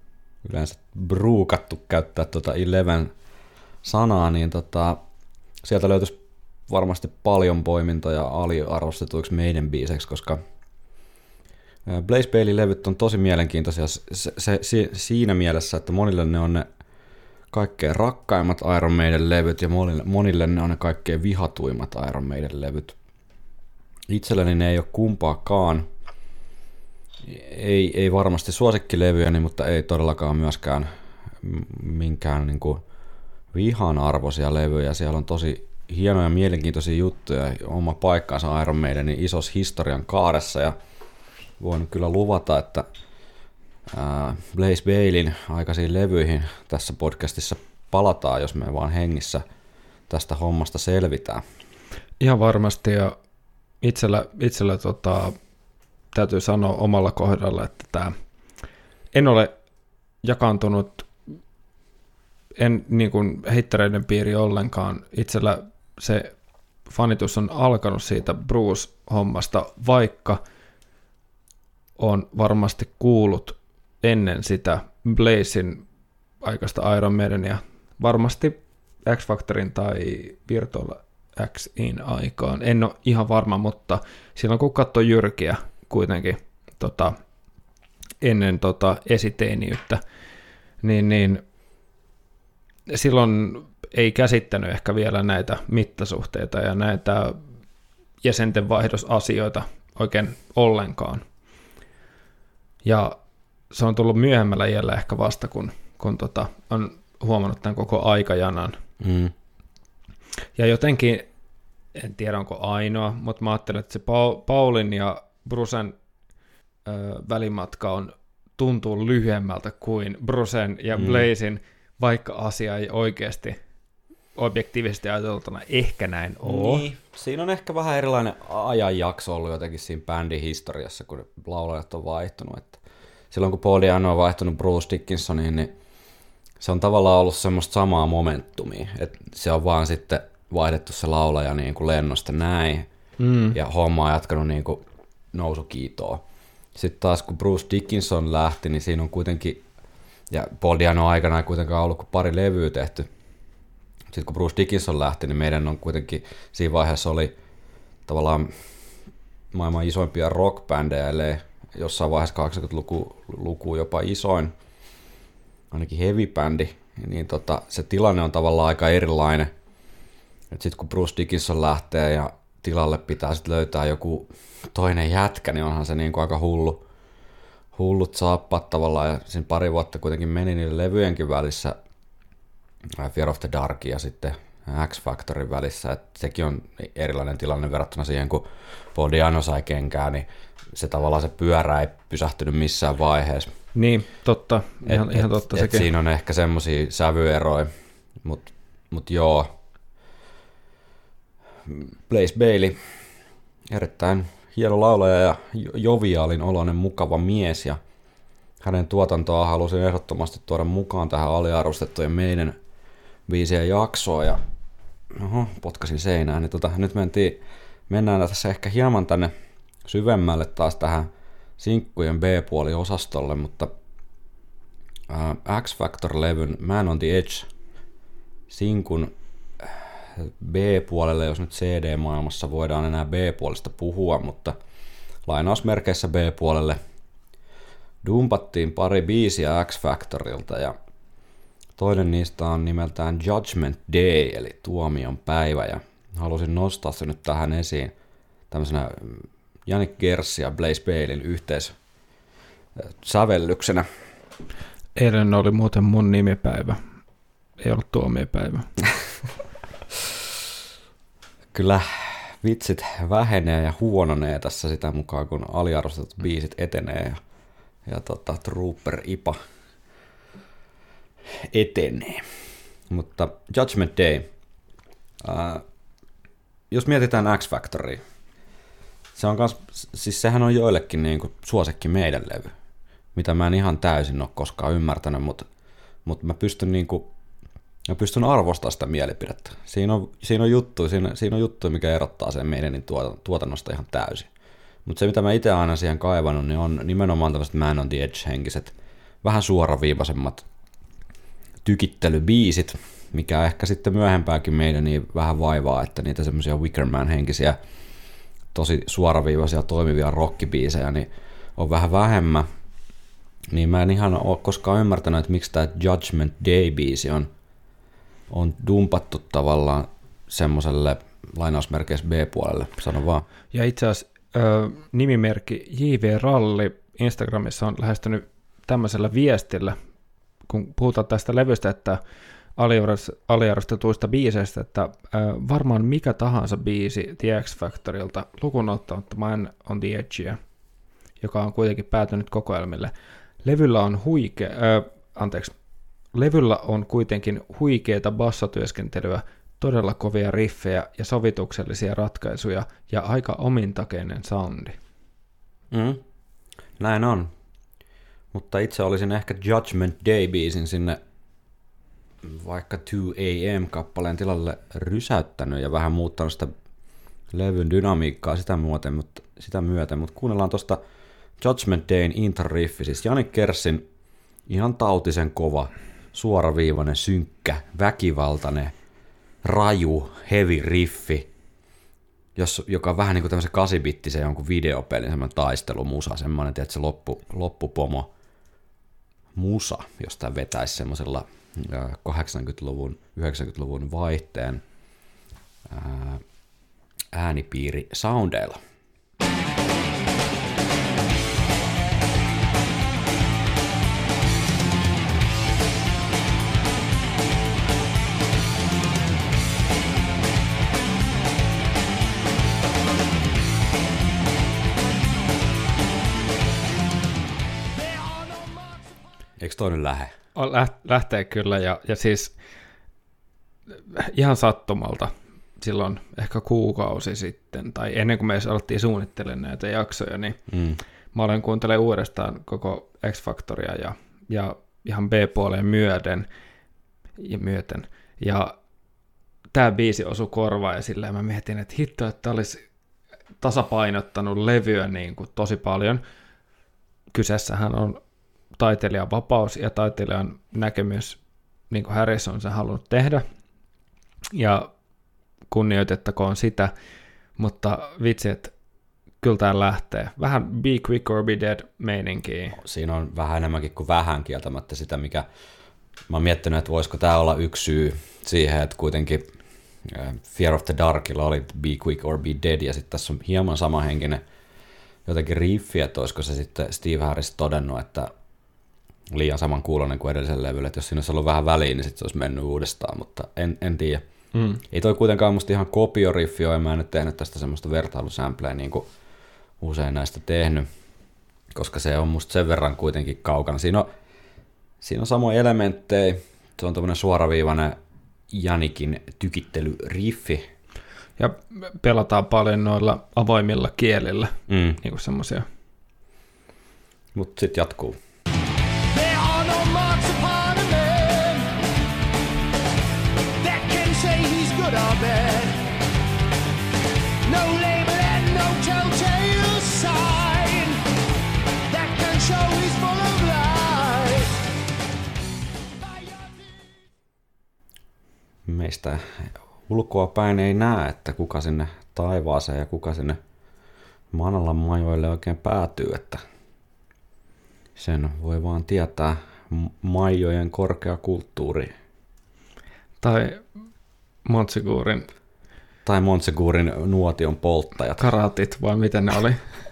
yleensä bruukattu käyttää tuota Eleven sanaa, niin tota, sieltä löytyisi varmasti paljon poimintoja aliarvostetuiksi meidän biiseiksi, koska Blaze Bayley levyt on tosi mielenkiintoisia se, se, se, siinä mielessä, että monille ne on ne kaikkein rakkaimmat Iron Maiden levyt ja monille, monille ne on ne kaikkein vihatuimmat Iron Maiden levyt. Itselleni ne ei ole kumpaakaan. Ei, ei varmasti suosikkilevyjäni, mutta ei todellakaan myöskään minkään niin kuin vihan arvoisia levyjä. Siellä on tosi hienoja mielenkiintoisia juttuja, oma paikkaansa Iron Maidenin isossa historian kaaressa, ja voin kyllä luvata, että ää, Blaze Baileyn aikaisiin levyihin tässä podcastissa palataan, jos me vaan hengissä tästä hommasta selvitään. Ihan varmasti, ja itsellä, itsellä tota, täytyy sanoa omalla kohdalla, että tämä, en ole jakaantunut en niin kuin heittereiden piiri ollenkaan. Itsellä se fanitus on alkanut siitä Bruce-hommasta, vaikka on varmasti kuullut ennen sitä Blazein aikaista Iron Maidenia, varmasti X-Factorin tai Virtual Xin aikaan. En ole ihan varma, mutta silloin kun katsoi Jyrkiä kuitenkin tota, ennen tota, esiteiniyttä, niin, niin silloin ei käsittänyt ehkä vielä näitä mittasuhteita ja näitä jäsenten vaihdosasioita oikein ollenkaan. Ja se on tullut myöhemmällä iällä ehkä vasta, kun, kun tota, on huomannut tämän koko aikajanan. Mm. Ja jotenkin, en tiedä onko ainoa, mutta mä ajattelen, että se Paulin ja Brucen ö, välimatka on, tuntuu lyhyemmältä kuin Brucen ja mm. Blazein, vaikka asia ei oikeasti objektiivisesti ajateltuna ehkä näin ole. Niin. Siinä on ehkä vähän erilainen ajanjakso ollut jotenkin siinä bändin historiassa, kun laulajat on vaihtunut. Että silloin kun Paul Di'Anno on vaihtunut Bruce Dickinsoniin, niin se on tavallaan ollut semmoista samaa momentumia. Että se on vaan sitten vaihdettu se laulaja niin kuin lennosta näin, mm. ja homma on jatkanut niin kuin nousukiitoa. Sitten taas kun Bruce Dickinson lähti, niin siinä on kuitenkin, ja Paul Di'Anno aikana ei kuitenkaan ollut kuin pari levyä tehty. Sitten kun Bruce Dickinson lähti, niin meidän on kuitenkin, siinä vaiheessa oli tavallaan maailman isoimpia rockbändejä, ellei jossain vaiheessa kahdeksankymmentäluku jopa isoin, ainakin heavy-bändi, niin tota, se tilanne on tavallaan aika erilainen. Sitten kun Bruce Dickinson lähtee ja tilalle pitää sitten löytää joku toinen jätkä, niin onhan se niin kuin aika hullu, hullut saappaat tavallaan, ja siinä pari vuotta kuitenkin meni niiden levyjenkin välissä, Fear of the Dark ja sitten X-Factorin välissä, että sekin on erilainen tilanne verrattuna siihen, kun Paul Di'Anno sai kenkää, niin se tavallaan se pyörä ei pysähtynyt missään vaiheessa. Niin, totta, ihan, et, ihan totta et, sekin. Et siinä on ehkä semmoisia sävyeroja, mutta mut joo, Blaze Bayley, erittäin hieno laulaja ja joviaalin oloinen mukava mies, ja hänen tuotantoa halusin ehdottomasti tuoda mukaan tähän aliarvostettujen meidän biisien jaksoon, ja oho, potkasin seinään, niin tota, nyt mentiin, mennään tässä ehkä hieman tänne syvemmälle taas tähän sinkkujen B-puoliosastolle, mutta äh, X-Factor-levyn Man on the Edge sinkun B-puolelle, jos nyt C D-maailmassa voidaan enää B-puolesta puhua, mutta lainausmerkeissä B-puolelle dumpattiin pari biisiä X-Factorilta, ja toinen niistä on nimeltään Judgment Day, eli tuomion päivä, ja halusin nostaa se nyt tähän esiin tämmöisenä Jannik Gers ja Blaze Baileyn yhteissävellyksenä. Eilen oli muuten mun nimipäivä, ei ollut tuomiopäivä. Kyllä vitsit vähenee ja huononee tässä sitä mukaan, kun aliarvostetut biisit etenee ja, ja tota, Trooper Ipa etenee. Mutta Judgment Day, ää, jos mietitään X-Factoria, se on kans, siis sehän on joillekin niin kuin suosikki meidän levy, mitä mä en ihan täysin ole koskaan ymmärtänyt, mutta, mutta mä pystyn niin kuin Mä pystyn arvostamaan sitä mielipidettä. Siinä on, siinä on juttu, siinä, siinä on juttu, mikä erottaa sen meidän tuotannosta ihan täysin. Mutta se, mitä mä itse aina siihen kaivannut, niin on nimenomaan tämmöiset Man on the Edge-henkiset vähän suoraviivaisemmat tykittelybiisit, mikä ehkä sitten myöhempääkin meidän niin vähän vaivaa, että niitä semmoisia Wickerman-henkisiä, tosi suoraviivaisia toimivia rockibiisejä, niin on vähän vähemmän. Niin mä en ihan ole koskaan ymmärtänyt, että miksi tämä Judgment Day-biisi on, on dumpattu tavallaan semmoiselle lainausmerkeissä B-puolelle, sano vaan. Ja itse asiassa ö, nimimerkki J V Ralli Instagramissa on lähestynyt tämmöisellä viestillä, kun puhutaan tästä levystä, että aliarvostetuista biiseistä, että ö, varmaan mikä tahansa biisi The X Factorilta, lukuun ottamatta Man on the Edgeä, joka on kuitenkin päätynyt kokoelmille. Levyllä on huikea, ö, anteeksi, levyllä on kuitenkin huikeata bassotyöskentelyä, todella kovia riffejä ja sovituksellisia ratkaisuja ja aika omintakeinen soundi. Mm. Näin on. Mutta itse olisin ehkä Judgment Day-biisin sinne vaikka two a m-kappaleen tilalle rysäyttänyt ja vähän muuttanut sitä levyn dynamiikkaa sitä myöten, mutta, sitä myöten, mutta kuunnellaan tuosta Judgment Dayn intro-riffi, siis Jannik Kersin ihan tautisen kova, suoraviivainen, synkkä, väkivaltainen, raju, heavy riffi, jos, joka on vähän niin kuin tämmöisen kasibittisen jonkun videopelin, semmoinen taistelumusa, semmoinen, tiedätkö, loppu, loppupomo musa, josta vetäisi semmoisella kahdeksankymmentäluvun, yhdeksänkymmentäluvun vaihteen ää, äänipiiri soundeilla. Eikö toi nyt lähe? Lähtee kyllä, ja, ja siis ihan sattumalta silloin ehkä kuukausi sitten, tai ennen kuin me edes alettiin suunnittelemaan näitä jaksoja, niin mm. mä olen kuuntelemaan uudestaan koko X-Factoria ja, ja ihan B-puoleen myöten, ja myöten. Ja tämä biisi osui korvaan, ja silleen mä mietin, että hitto, että olisi tasapainottanut levyä niin kuin tosi paljon. Kyseessähän on taiteilijan vapaus ja taiteilijan näkemys, niin kuin Harrison on sen halunnut tehdä, ja kunnioitettakoon sitä, mutta vitsi, että kyllä tämä lähtee. Vähän Be Quick or Be Dead -meininkiä. Siinä on vähän enemmänkin kuin vähän kieltämättä sitä, mikä mä oon miettinyt, että voisiko tämä olla yksi syy siihen, että kuitenkin Fear of the Darkilla oli Be Quick or Be Dead, ja sitten tässä on hieman samanhenkinen jotenkin riffi, että olisiko se sitten Steve Harris todennut, että liian saman kuulonen kuin edellisen levyllä, että jos siinä olisi ollut vähän väliin, niin sitten se olisi mennyt uudestaan, mutta en, en tiedä. Mm. Ei toi kuitenkaan musta ihan kopioriffi ole, en mä nyt tehnyt tästä semmoista vertailusämpleä niin kuin usein näistä tehnyt, koska se on musta sen verran kuitenkin kaukana. Siinä on, siinä on samoja elementtejä, se on tommoinen suoraviivainen Janikin tykittelyriffi. Ja pelataan paljon noilla avoimilla kielillä, mm. niin kuin semmosia. Mut sit jatkuu. Meistä ulkoa päin ei näe, että kuka sinne taivaaseen ja kuka sinne Manalan majoille oikein päätyy, että sen voi vaan tietää maijojen korkea kulttuuri. Tai Montsigurin. Tai Montsigurin nuotion polttajat. Karatit, vai miten ne oli?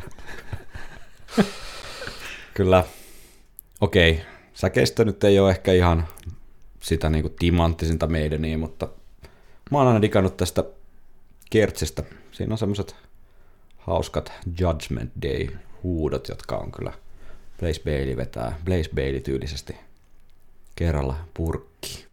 Kyllä. Okei, säkeistä nyt ei ole ehkä ihan sitä niinku timanttisinta meidäniä, mutta mä oon aina digannut tästä Kertsistä. Siinä on semmoset hauskat Judgment Day-huudot, jotka on kyllä Blaze Bayley vetää Blaze Bayley tyylisesti kerralla purkki.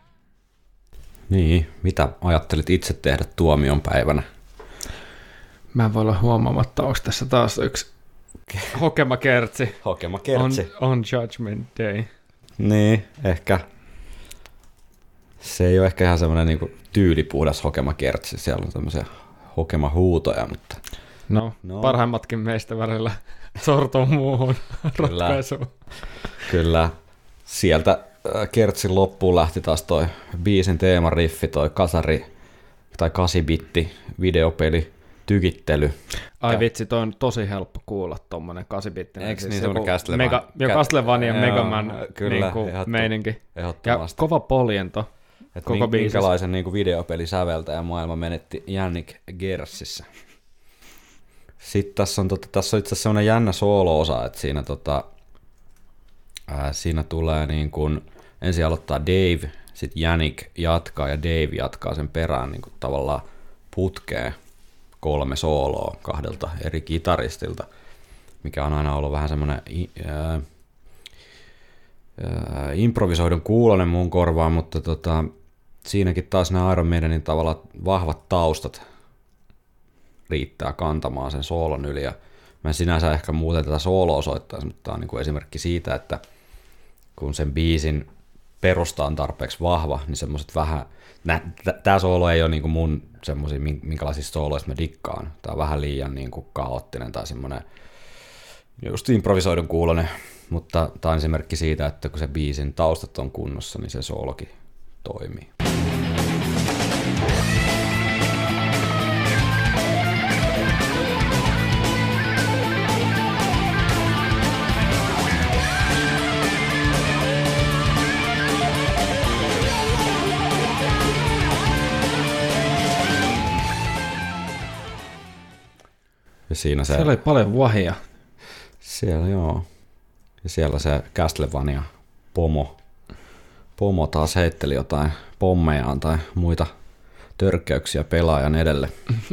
Niin, mitä ajattelit itse tehdä tuomion päivänä? Mä en voi olla huomaamatta, onko tässä taas yksi hokemakertsi. Hokemakertsi. On, on Judgment Day. Niin, ehkä. Se ei ole ehkä ihan semmoinen niinku tyylipuhdas hokemakertsi. Siellä on tämmöisiä hokemahuutoja, mutta... No, no. Parhaimmatkin meistä välillä sortuu muuhun ratkaisuun. Kyllä. Sieltä kertsin loppuun lähti taas toi biisin teemariffi, toi kasari tai kasibitti videopeli tykittely. Ai vitsi, toi on tosi helppo kuulla tommonen kasibittinen. Eikö siis niin semmoinen Castlevania? Mega, jo Castlevania Megaman niinku meininki. Ja kova poljento koko mink, biisissä. Minkälaisen niinku videopelisäveltäjä maailma menetti Jannik Gersissä. Sitten tässä on, tota, tässä on itse asiassa sellainen jännä soolo-osa, että siinä, tota, ää, siinä tulee niin kuin, ensin aloittaa Dave, sitten Jannik jatkaa ja Dave jatkaa sen perään niin kuin tavallaan putkeen kolme sooloa kahdelta eri kitaristilta, mikä on aina ollut vähän semmoinen ää, ää, improvisoidun kuulonen mun korvaan, mutta tota, siinäkin taas nämä Iron Maidenin tavallaan vahvat taustat riittää kantamaan sen soolon yli. Ja mä en sinänsä ehkä muuten tätä sooloa soittaisi, mutta tämä on niin kuin esimerkki siitä, että kun sen biisin perusta on tarpeeksi vahva, niin semmoiset vähän, tämä soolo ei ole niin kuin mun semmoisia, minkälaisista sooloista mä dikkaan. Tämä on vähän liian niin kuin kaoottinen tai semmoinen just improvisoidun kuulonen, mutta tämä on esimerkki siitä, että kun se biisin taustat on kunnossa, niin se soolokin toimii. Ja siinä se, siellä oli paljon vahia. Siellä joo. Ja siellä se Castlevania pomo, pomo taas heitteli jotain pommejaan tai muita törkkäyksiä pelaajan edelle.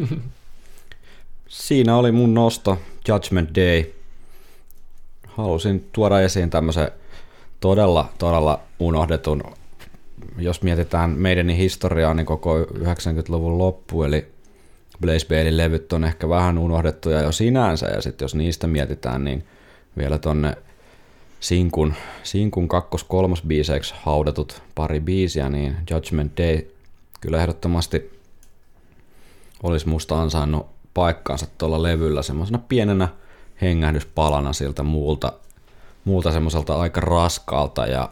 Siinä oli mun nosto Judgment Day. Halusin tuoda esiin tämmöisen todella, todella unohdetun, jos mietitään meidän historiaa, niin koko yhdeksänkymmentäluvun loppu, eli Blaze Baylin levyt on ehkä vähän unohdettuja jo sinänsä, ja sitten jos niistä mietitään, niin vielä tonne Sinkun, Sinkun kakkos-kolmosbiiseiksi haudatut pari biisiä, niin Judgment Day kyllä ehdottomasti olisi musta ansainnut paikkaansa tuolla levyllä semmoisena pienenä hengähdyspalana siltä muulta, muulta semmoiselta aika raskaalta ja,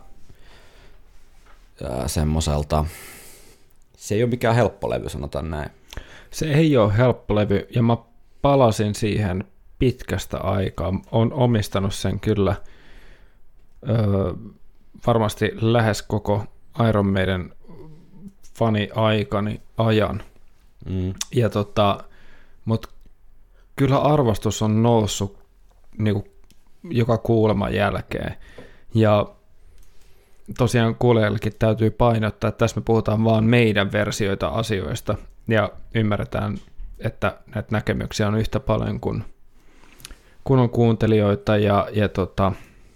ja semmoiselta, se ei ole mikään helppo levy, sanotaan näin. Se ei ole helppo levy, ja mä palasin siihen pitkästä aikaa. Olen omistanut sen kyllä öö, varmasti lähes koko Iron Maiden fani-aikani ajan. Mm. Ja tota, mutta kyllä arvostus on noussut niinku, joka kuuleman jälkeen. Ja tosiaan kuulijallekin täytyy painottaa, että tässä me puhutaan vaan meidän versioita asioista, ja ymmärretään, että näitä näkemyksiä on yhtä paljon kuin, kuin on kuuntelijoita, ja, ja tota,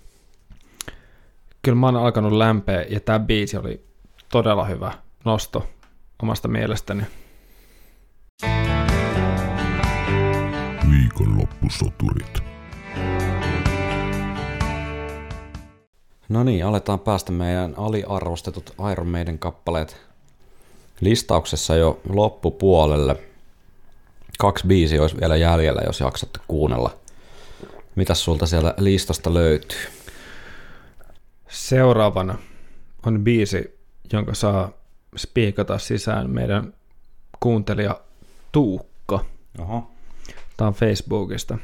kyllä mä oon alkanut lämpeä, ja tämä biisi oli todella hyvä nosto omasta mielestäni. Viikonloppusoturit. No niin, aletaan päästä meidän aliarvostetut Iron Maiden kappaleet listauksessa jo loppupuolelle. Kaksi biisiä olisi vielä jäljellä, jos jaksatte kuunnella. Mitäs sulta siellä listasta löytyy? Seuraavana on biisi, jonka saa spiikata sisään meidän kuuntelija Tuukka. Oho. Tämä on Facebookista.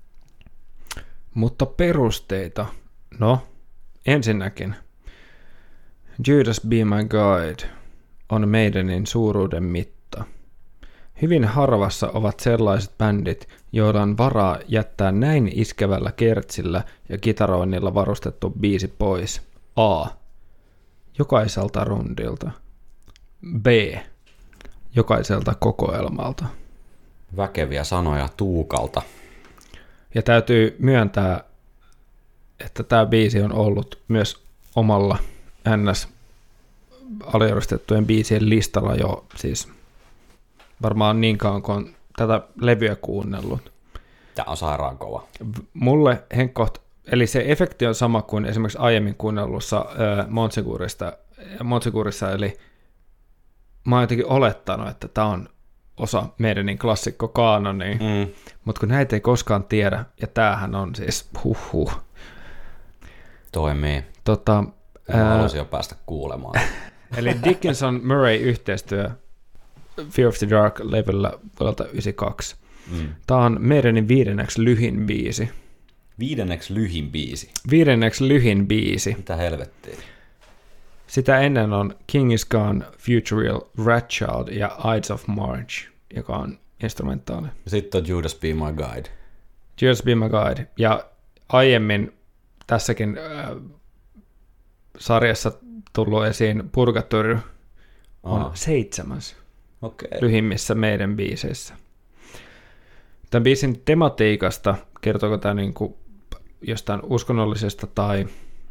Mutta perusteita, no ensinnäkin Judas Be My Guide on Maidenin suuruuden mitta. Hyvin harvassa ovat sellaiset bändit, joilla on varaa jättää näin iskevällä kertsillä ja kitaroinnilla varustettu biisi pois. A. Jokaiselta rundilta. B. Jokaiselta kokoelmalta. Väkeviä sanoja Tuukalta. Ja täytyy myöntää, että tämä biisi on ollut myös omalla N S aliarvostettujen biisien listalla jo siis varmaan niin kauan kuin on tätä levyä kuunnellut. Tämä on sairaan kova. Mulle henkkoht, eli se efekti on sama kuin esimerkiksi aiemmin kuunnellussa äh, Montseguurista, Montseguurissa, eli mä oon jotenkin olettanut, että tämä on osa meidän niin klassikko kaanonia, mm. mutta kun näitä ei koskaan tiedä, ja tämähän on siis huhhuh. Toimii. Tota, mä haluaisin jo päästä kuulemaan. Eli Dickinson-Murray-yhteistyö Fear of the Dark-levyllä vuodelta yhdeksänkymmentäkaksi. Mm. Tämä on meidän viidenneksi lyhin biisi. Viidenneksi lyhin biisi? Viidenneksi lyhin biisi. Mitä helvettiä? Sitä ennen on King is Gone, Futureal, Ratchild ja Ides of March, joka on instrumentaali. Sitten on Judas Be My Guide. Judas Be My Guide. Ja aiemmin tässäkin äh, sarjassa tullut esiin Purgatory on Aha. seitsemäs okay. lyhimmissä meidän biiseissä. Tämän biisin tematiikasta, kertooko tämä niin kuin jostain uskonnollisesta tai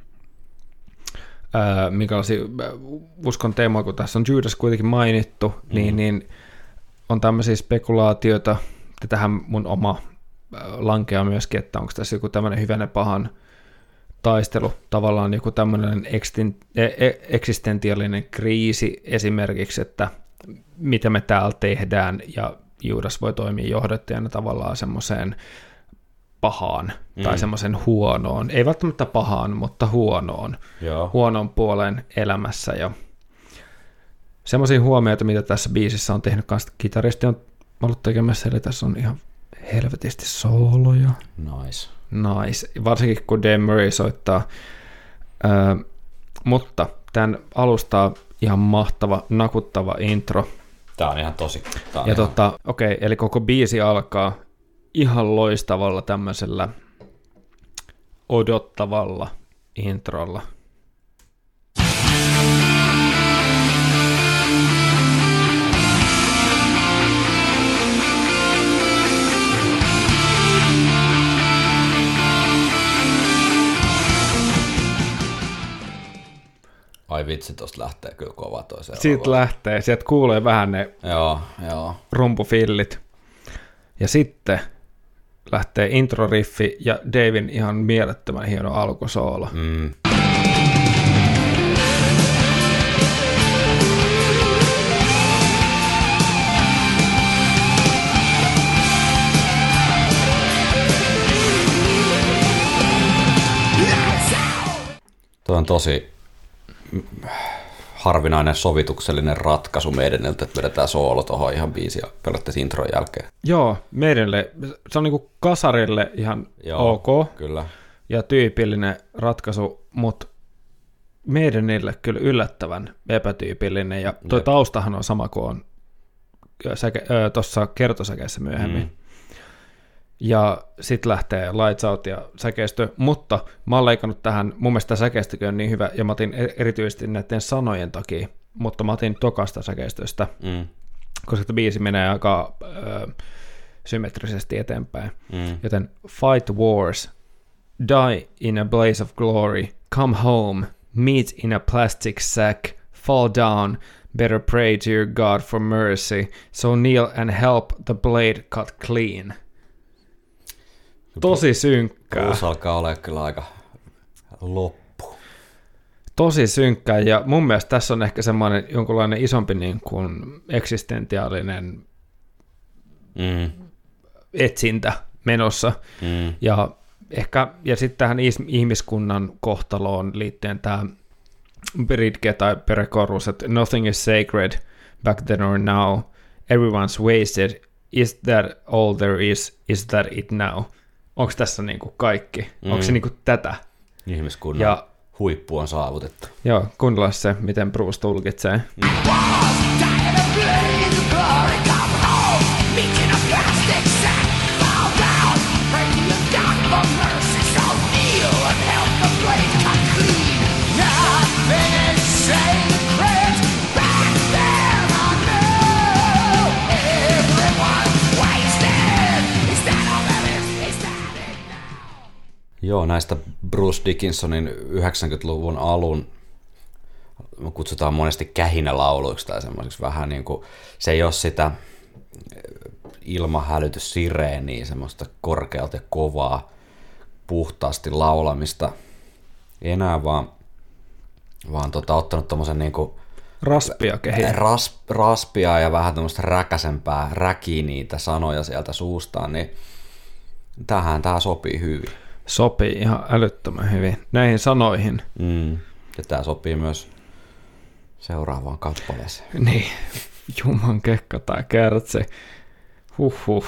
ää, minkälaisia uskon teemoja, kun tässä on Judas kuitenkin mainittu, mm. niin, niin on tämmöisiä spekulaatioita, ja tähän mun oma lankea myöskin, että onko tässä joku tämmöinen hyvän ja pahan taistelu, tavallaan joku tämmöinen eksistentiaalinen kriisi esimerkiksi, että mitä me täällä tehdään, ja Judas voi toimia johdattajana tavallaan semmoiseen pahaan mm. tai semmoisen huonoon, ei välttämättä pahaan, mutta huonoon, Joo. huonon puolen elämässä. Ja semmoisia huomioita, mitä tässä biisissä on tehnyt kanssa, kitaristi on ollut tekemässä, eli tässä on ihan helvetisti sooloja. Nice. Nice, varsinkin kun Dave Murray soittaa. Öö, mutta tämän alustaa ihan mahtava, nakuttava intro. Tämä on ihan tosi. On ja ihan... tota, okei, okay, eli koko biisi alkaa ihan loistavalla tämmöisellä odottavalla introlla. Ai vitsi, tosta lähtee kyllä kova toiseen. Siitä lähtee, sieltä kuulee vähän ne joo, joo. rumpufillit. Ja sitten lähtee introriffi ja Davin ihan mielettömän hieno alkusoolo. Mm. Tuo on tosi harvinainen sovituksellinen ratkaisu meidäniltä, että vedetään soolo tuohon ihan biisi ja periaatteessa intron jälkeen. Joo, meidänille, se on niinku kasarille ihan Joo, ok kyllä. ja tyypillinen ratkaisu, mutta meidänille kyllä yllättävän epätyypillinen, ja tuo taustahan on sama kuin on tuossa kertosäkeessä myöhemmin. Mm. Ja sitten lähtee Lights Out ja säkeistö, mutta mä oon leikannut tähän, mun mielestä säkeistökin on niin hyvä, ja mä otin erityisesti näiden sanojen takia, mutta mä otin tokasta säkeistöstä, mm. koska tämä biisi menee aika ö, symmetrisesti eteenpäin. Mm. Joten fight wars, die in a blaze of glory, come home, meet in a plastic sack, fall down, better pray to your God for mercy, so kneel and help the blade cut clean. Tosi synkkää. Bruce alkaa olla kyllä aika loppu. Tosi synkkää, ja mun mielestä tässä on ehkä semmoinen jonkunlainen isompi niin kuin eksistentiaalinen mm. etsintä menossa. Mm. Ja ehkä, ja sitten tähän ihmiskunnan kohtaloon liittyen tämä Bridge tai perekorus, että nothing is sacred back then or now, everyone's wasted, is that all there is, is that it now? Onko tässä niinku kaikki? Mm. Onko se niinku tätä? Ihmiskunnan ja, huippu on saavutettu. Joo, kuunnellaan se, miten Bruce tulkitsee. Mm. Joo, näistä Bruce Dickinsonin yhdeksänkymmentäluvun alun me kutsutaan monesti kähinälauluiksi tai semmoisiksi vähän niin kuin, se ei ole sitä ilmahälytyssireeniä, semmoista korkealta ja kovaa, puhtaasti laulamista enää, vaan, vaan tota, ottanut tommosen niinku raspia kehiin. Ras, raspia ja vähän tämmöistä räkäsempää, räkii niitä sanoja sieltä suustaan, niin tähän tää sopii hyvin. Sopii ihan älyttömän hyvin näihin sanoihin. Mm. Ja tää sopii myös seuraavaan kappaleeseen. Niin, Juman kekka tai kärtse. Huhhuh.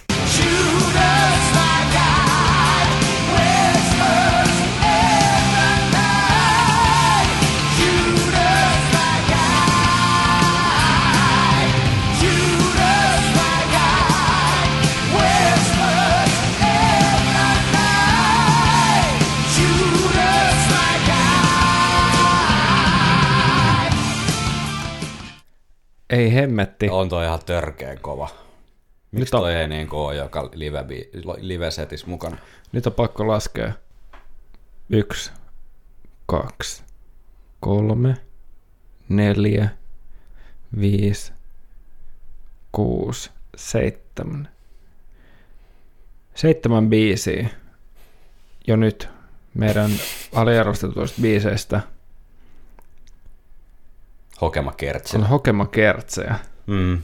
Ei hemmetti. On toi ihan törkeä kova. Miksi toi ei niin ole joka live, live-setis mukana? Nyt on pakko laskea. Yksi, kaksi, kolme, neljä, viisi, kuusi, seitsemän. Seitsemän biisiä jo nyt meidän aliarvostetuista biiseistä. Hokema kertsi. On hokema kertsejä. Mm.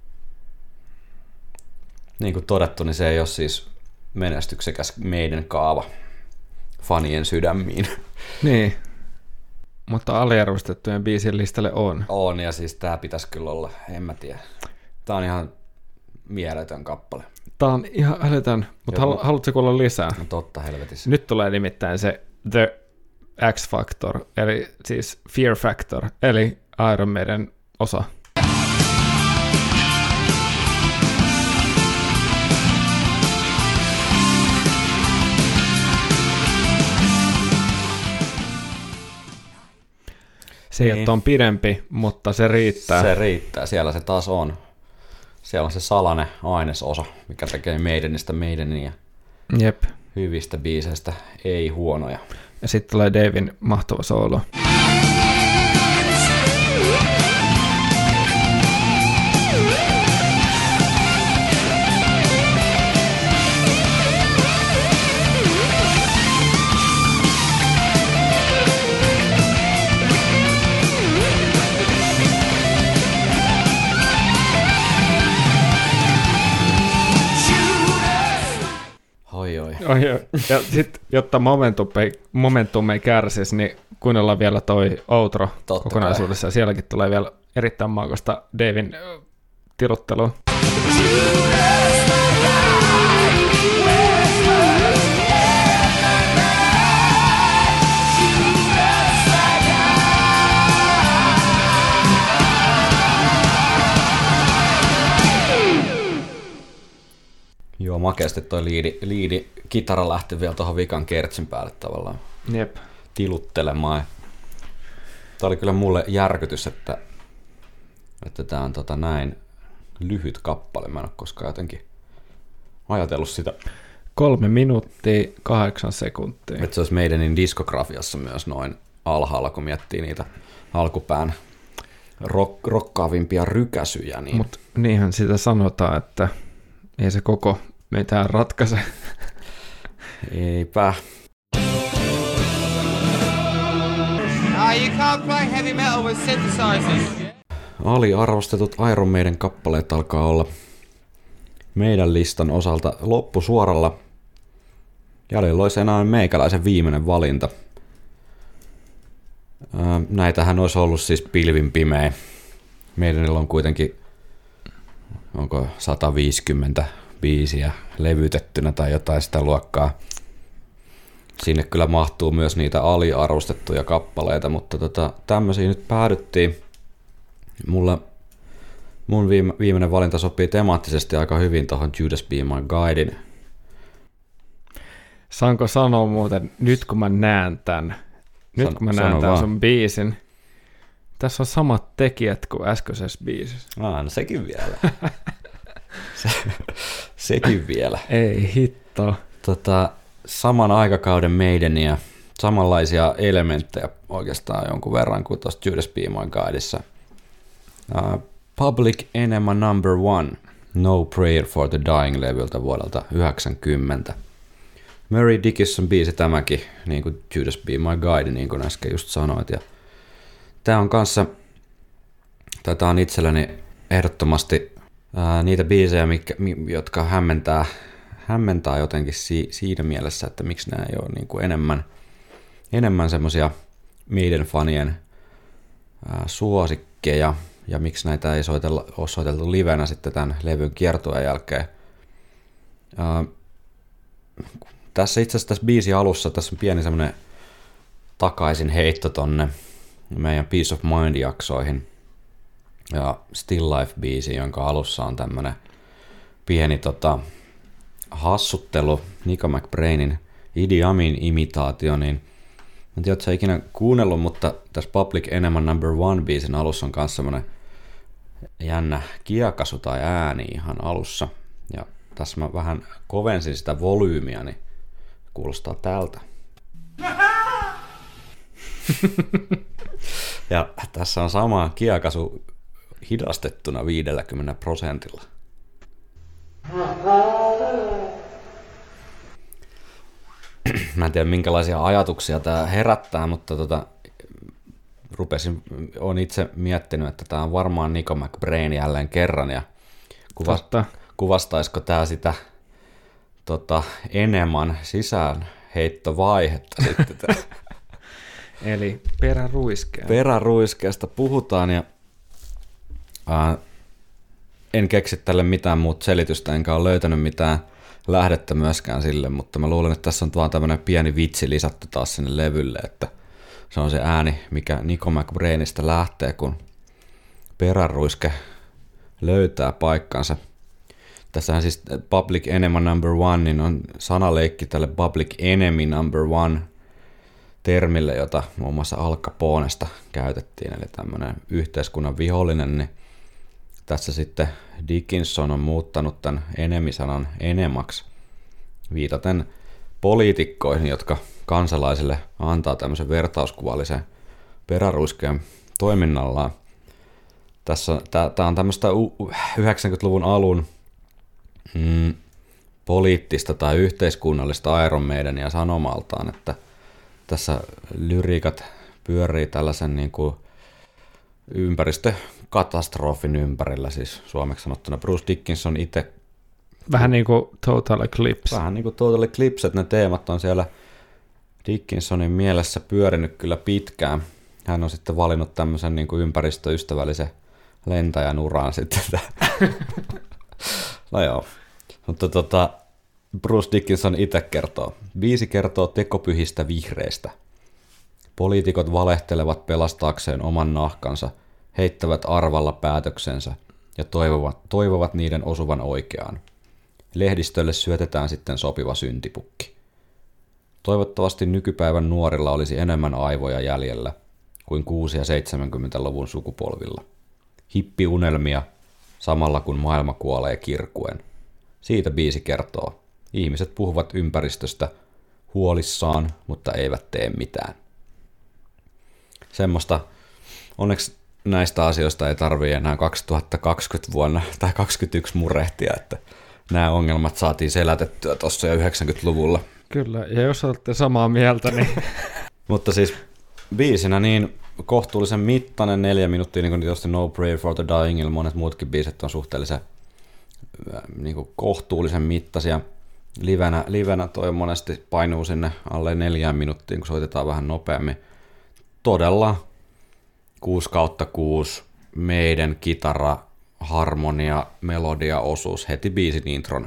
Niin kuin todettu, niin se ei ole siis menestyksekäs meidän kaava fanien sydämiin. Niin, mutta aliarvostettujen biisien listalle on. On, ja siis tää pitäisi kyllä olla, en mä tiedä. Tää on ihan mieletön kappale. Tää on ihan älytön, mutta halu, haluatko kuulla lisää? No totta helvetissä. Nyt tulee nimittäin se The X Factor, eli siis Fear Factor, eli Iron Maiden osa. Se ei niin. ole pidempi, mutta se riittää. Se riittää, siellä se taas on. Siellä on se salainen ainesosa, mikä tekee Maidenistä Maidenia. Jep. Hyvistä biiseistä, ei huonoja. Ja sitten tulee Davin mahtava soolo. Oi, oi. Ja sitten, jotta momentum ei, momentum ei kärsisi, niin kuunnellaan vielä toi outro Totta kokonaisuudessa. Kai. Sielläkin tulee vielä erittäin maagasta Davin tiruttelua. Joo, makeasti toi liidi, liidi kitara lähti vielä tuohon vikan kertsin päälle tavallaan. Jep. Tiluttelemaan. Tämä oli kyllä mulle järkytys, että, että tämä on tota näin lyhyt kappale. Mä en ole koskaan jotenkin ajatellut sitä. Kolme minuuttia, kahdeksan sekuntia. Että se olisi meidänin diskografiassa myös noin alhaalla, kun miettii niitä alkupään rock, rokkaavimpia rykäsyjä. Niin... Mutta niinhän sitä sanotaan, että ei se koko mitään ratkaise. Eipä. Aliarvostetut Iron Maiden kappaleet alkaa olla meidän listan osalta loppusuoralla. Jäljellä olisi enää meikäläisen viimeinen valinta. Näitähän olisi ollut siis pilvin pimeä. Meidänillä on kuitenkin onko sata viisikymmentä biisiä levytettynä tai jotain sitä luokkaa. Sinne kyllä mahtuu myös niitä aliarvostettuja kappaleita, mutta tota, tämmöisiä nyt päädyttiin. Mulla, mun viime, viimeinen valinta sopii temaattisesti aika hyvin tuohon Judas Be My Guidein. Saanko sanoa muuten, nyt kun mä näen tämän, nyt San, kun mä näen tämän sun biisin, tässä on samat tekijät kuin äskeisessä biisissä. Ah, no sekin vielä. Se, sekin vielä. Ei hitto. Tota, saman aikakauden Maidenia, samanlaisia elementtejä oikeastaan jonkun verran kuin tuossa Judas Be My Guideissa. Uh, Public Enema Number One. No Prayer for the Dying-levyltä vuodelta yhdeksänkymmentä. Murray Dickinson biisi tämäkin, niin kuin Judas Be My Guide, niin kuin äsken just sanoit. Ja tää on kanssa, tätä on itselleni ehdottomasti ää, niitä biisejä, mitkä, jotka hämmentää, hämmentää jotenkin si, siinä mielessä, että miksi nämä ei ole niin kuin enemmän, enemmän semmosia Maiden-fanien ää, suosikkeja, ja miksi näitä ei soitella, ole soiteltu livenä sitten tämän levyn kiertueen jälkeen. Ää, tässä itse asiassa tässä biisin alussa, tässä on pieni semmoinen takaisin heitto tonne meidän Peace of Mind-jaksoihin. Ja Still Life-biisi, jonka alussa on tämmöinen pieni tota, hassuttelu Nico McBrainin Idi Amin imitaatio, niin en tiedä, että sä ikinä kuunnellut, mutta tässä Public Enema Number One-biisin alussa on myös semmoinen jännä kiekasu tai ääni ihan alussa. Ja tässä mä vähän kovensin sitä volyymiä, niin kuulostaa tältä. Ja tässä on sama kiekasu hidastettuna viidelläkymmenellä prosentilla. Mä en tiedä, minkälaisia ajatuksia tämä herättää, mutta tota, rupesin, olen itse miettinyt, että tämä on varmaan Nico McBrain jälleen kerran, ja kuvas, kuvastaisiko tämä sitä tota, enemmän sisäänheittovaihetta sitten. Eli peräruiskea. Peräruiskeesta puhutaan, ja ää, en keksi tälle mitään muuta selitystä, enkä ole löytänyt mitään lähdettä myöskään sille, mutta mä luulen, että tässä on vaan tämmöinen pieni vitsi lisätty taas sinne levylle, että se on se ääni, mikä Nico McBrainista lähtee, kun peräruiske löytää paikkansa. Tässähän siis Public Enema Number One niin on sanaleikki tälle Public Enemy Number One termille, jota muun muassa Al Caponesta käytettiin, eli tämmöinen yhteiskunnan vihollinen, niin tässä sitten Dickinson on muuttanut tämän enemy-sanan enemaksi viitaten poliitikkoihin, jotka kansalaisille antaa tämmöisen vertauskuvallisen peräruiskeen toiminnallaan. Tässä tämä on tämmöistä yhdeksänkymmentäluvun alun mm, poliittista tai yhteiskunnallista Iron Maidenia sanomaltaan, että tässä lyriikat pyörii tällaisen niin kuin ympäristökatastrofin ympärillä, siis suomeksi sanottuna Bruce Dickinson itse. Vähän niin kuin Total Eclipse. Vähän niin kuin Total Eclipse, että ne teemat on siellä Dickinsonin mielessä pyörinyt kyllä pitkään. Hän on sitten valinnut tämmöisen niin kuin ympäristöystävällisen lentäjän uraan sitten. No joo, mutta tota, Bruce Dickinson itse kertoo. Biisi kertoo tekopyhistä vihreistä. Poliitikot valehtelevat pelastaakseen oman nahkansa, heittävät arvalla päätöksensä ja toivovat, toivovat niiden osuvan oikeaan. Lehdistölle syötetään sitten sopiva syntipukki. Toivottavasti nykypäivän nuorilla olisi enemmän aivoja jäljellä kuin kuusi- ja seitsemänkymmentäluvun sukupolvilla. Hippiunelmia samalla kun maailma kuolee kirkuen. Siitä biisi kertoo. Ihmiset puhuvat ympäristöstä huolissaan, mutta eivät tee mitään. Semmoista, onneksi näistä asioista ei tarvitse enää kaksituhattakaksikymmentä vuonna tai kaksikymmentäyksi murehtia, että nämä ongelmat saatiin selätettyä tuossa jo yhdeksänkymmentäluvulla. Kyllä, ja jos olette samaa mieltä, niin... Mutta siis biisinä niin kohtuullisen mittainen, neljä minuuttia, niin kuin tietysti No Prayer for the Dying, monet muutkin biisit on suhteellisen niin kuin kohtuullisen mittaisia. Livenä, livenä toi monesti painuu sinne alle neljään minuuttiin, kun soitetaan vähän nopeammin. Todella kuusi kautta kuusi meidän kitara, harmonia, melodia, osuus heti biisin introna.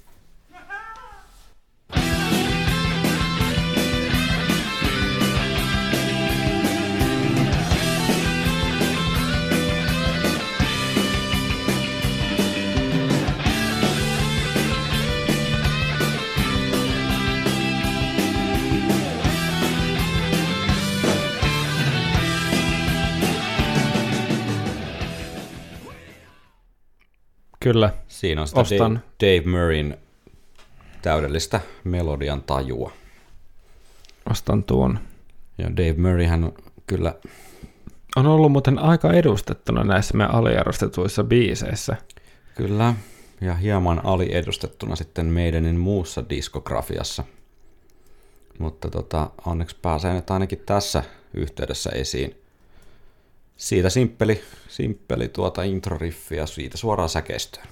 Kyllä. Siinä on sitä Dave, Dave Murrayn täydellistä melodian tajua. Ostan tuon. Ja Dave Murrayhän kyllä... On ollut muuten aika edustettuna näissä meidän aliarvostetuissa biiseissä. Kyllä. ja hieman aliedustettuna sitten meidänin muussa diskografiassa. Mutta tota, onneksi pääsee nyt ainakin tässä yhteydessä esiin. Siitä simppeli, simppeli tuota intro-riffi ja siitä suoraan säkeistöön.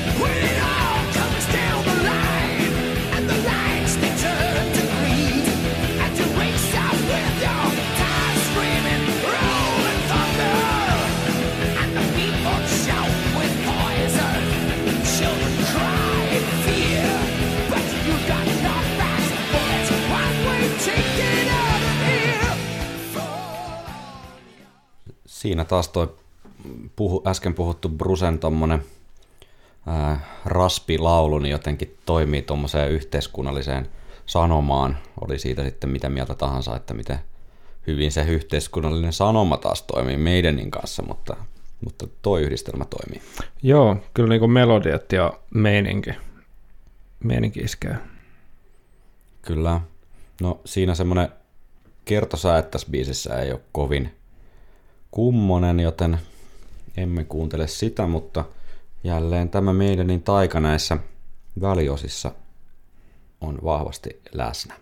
Siinä taas toi puhu, äsken puhuttu Brucen tommonen ää, raspilaulu niin jotenkin toimii tommoseen yhteiskunnalliseen sanomaan. Oli siitä sitten mitä mieltä tahansa, että miten hyvin se yhteiskunnallinen sanoma taas toimii meidänin kanssa, mutta, mutta toi yhdistelmä toimii. Joo, kyllä niin kuin melodiat ja meininki, meininki iskee. Kyllä. No siinä semmonen kertosää tässä biisissä ei ole kovin kummonen, joten emme kuuntele sitä, mutta jälleen tämä meidänin taika näissä väliosissa on vahvasti läsnä.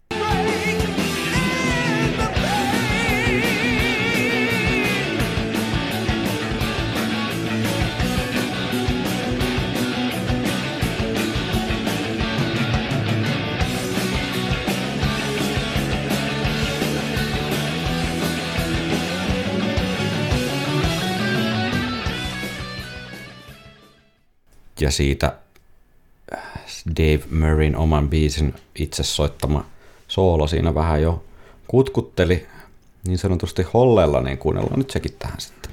Ja siitä Dave Murrayn oman biisin itse soittama soolo siinä vähän jo kutkutteli niin sanotusti holleella, niin kuunnellaan nyt sekin tähän sitten.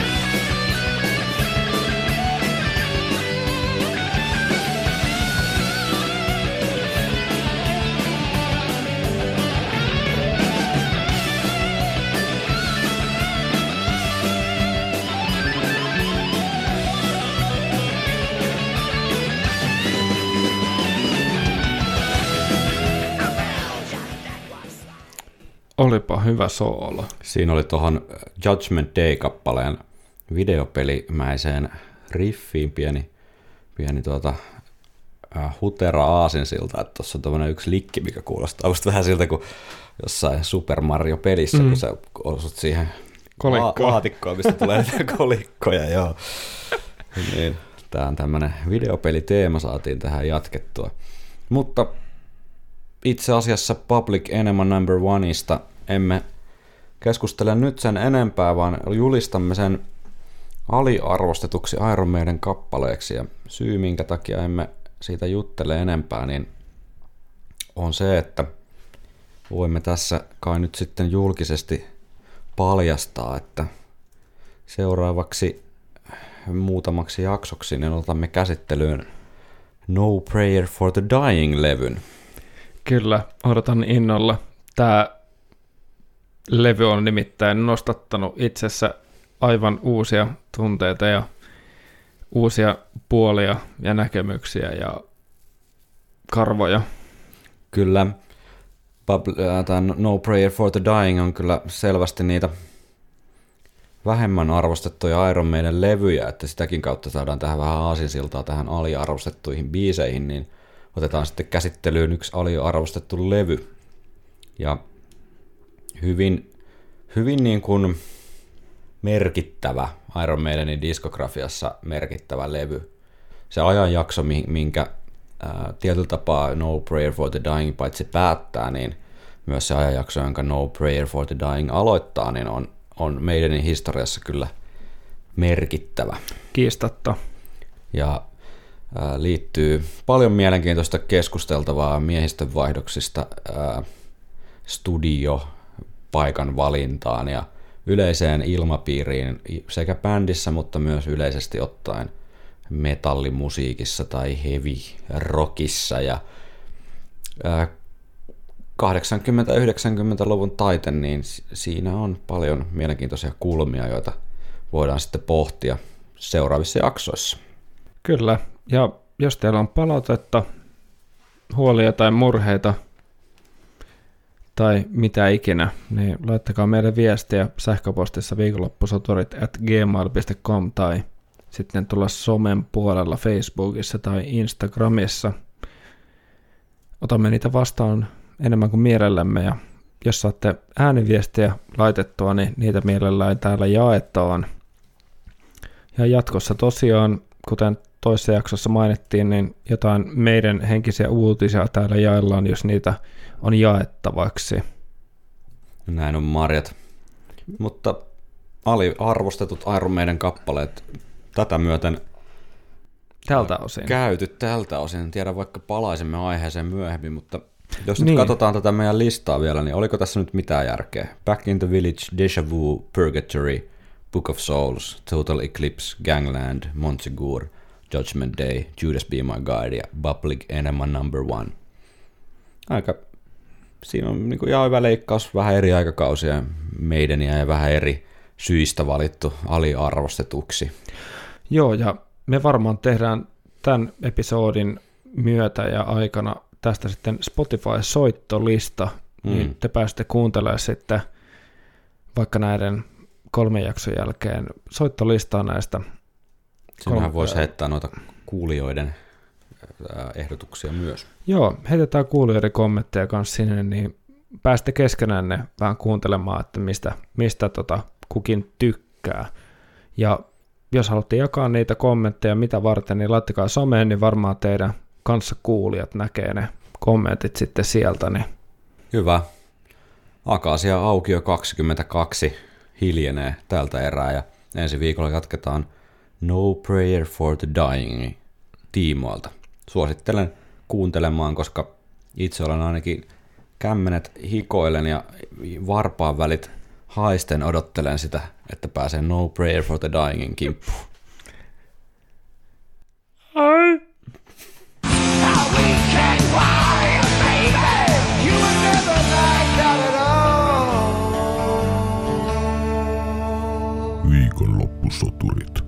Olipa hyvä soolo. Siinä oli tuohon Judgment Day-kappaleen videopelimäiseen riffiin pieni, pieni tuota, äh, hutera aasinsilta, että tuossa on tuommoinen yksi likki, mikä kuulostaa just vähän siltä kuin jossain Super Mario-pelissä, mm. kun sä osut siihen la- laatikkoon, mistä tulee kolikkoja. Joo. Niin, tämä on tämmöinen videopeliteema, saatiin tähän jatkettua. Mutta itse asiassa Public Enema Number Oneista emme keskustele nyt sen enempää, vaan julistamme sen aliarvostetuksi Iron Maiden kappaleeksi. Ja syy, minkä takia emme siitä juttele enempää, niin on se, että voimme tässä kai nyt sitten julkisesti paljastaa, että seuraavaksi muutamaksi jaksoksi niin otamme käsittelyyn No Prayer for the Dying-levyn. Kyllä, odotan innolla. Tämä levy on nimittäin nostattanut itsessä aivan uusia tunteita ja uusia puolia ja näkemyksiä ja karvoja. Kyllä, tämä No Prayer for the Dying on kyllä selvästi niitä vähemmän arvostettuja Iron Maiden levyjä, että sitäkin kautta saadaan tähän vähän aasinsiltaa tähän aliarvostettuihin biiseihin, niin otetaan sitten käsittelyyn yksi aliarvostettu levy. Ja hyvin, hyvin niin kuin merkittävä Iron Maidenin diskografiassa merkittävä levy. Se ajanjakso, minkä ää, tietyllä tapaa No Prayer for the Dying paitsi päättää, niin myös se ajanjakso, jonka No Prayer for the Dying aloittaa, niin on, on Maidenin historiassa kyllä merkittävä. Kiistatta. Ja liittyy paljon mielenkiintoista keskusteltavaa miehistönvaihdoksista, studiopaikan valintaan ja yleiseen ilmapiiriin sekä bändissä, mutta myös yleisesti ottaen metallimusiikissa tai heavy rockissa. Ja kahdeksankymmentä-yhdeksänkymmentäluvun taite, niin siinä on paljon mielenkiintoisia kulmia, joita voidaan sitten pohtia seuraavissa jaksoissa. Kyllä, ja jos teillä on palautetta, huolia tai murheita tai mitä ikinä, niin laittakaa meille viestiä sähköpostissa viikonloppusoturit at gmail dot com tai sitten tulla somen puolella Facebookissa tai Instagramissa. Otamme niitä vastaan enemmän kuin mielellämme, ja jos saatte ääniviestiä laitettua, niin niitä mielellään täällä jaetaan. Ja jatkossa tosiaan, kuten toisessa jaksossa mainittiin, niin jotain meidän henkisiä uutisia täällä jaellaan, jos niitä on jaettavaksi. Näin on marjat. Mutta aliarvostetut Iron Maiden kappaleet tätä myöten tältä osin. Käyty tältä osin. En tiedä, vaikka palaisimme aiheeseen myöhemmin, mutta jos nyt niin. katsotaan tätä meidän listaa vielä, niin oliko tässä nyt mitään järkeä? Back in the Village, Deja Vu, Purgatory, Book of Souls, Total Eclipse, Gangland, Montsegur, Judgment Day, Judas Be My Guide ja Public Enema Number One. Aika, siinä on niin kuin ihan hyvä leikkaus, vähän eri aikakausia meidäniä ja vähän eri syistä valittu aliarvostetuksi. Joo, ja me varmaan tehdään tämän episodin myötä ja aikana tästä sitten Spotify-soittolista, mm. niin te pääsette kuuntelemaan sitten vaikka näiden kolmen jakson jälkeen soittolistaa näistä. Sinähän voisi heittää noita kuulijoiden ehdotuksia myös. Joo, heitetään kuulijoiden kommentteja kanssa sinne, niin pääsette keskenään ne vähän kuuntelemaan, että mistä, mistä tota kukin tykkää. Ja jos haluatte jakaa niitä kommentteja mitä varten, niin laittakaa someen, niin varmaan teidän kanssa kuulijat näkee ne kommentit sitten sieltä. Niin. Hyvä. Akasia Aukio kaksikymmentäkaksi hiljenee tältä erää ja ensi viikolla jatketaan No Prayer for the Dying tiimoilta. Suosittelen kuuntelemaan, koska itse olen ainakin kämmenet hikoilen ja varpaan välit haisten odottelen sitä, että pääsee No Prayer for the Dyingin kimppuun. Ai. Viikonloppusoturit.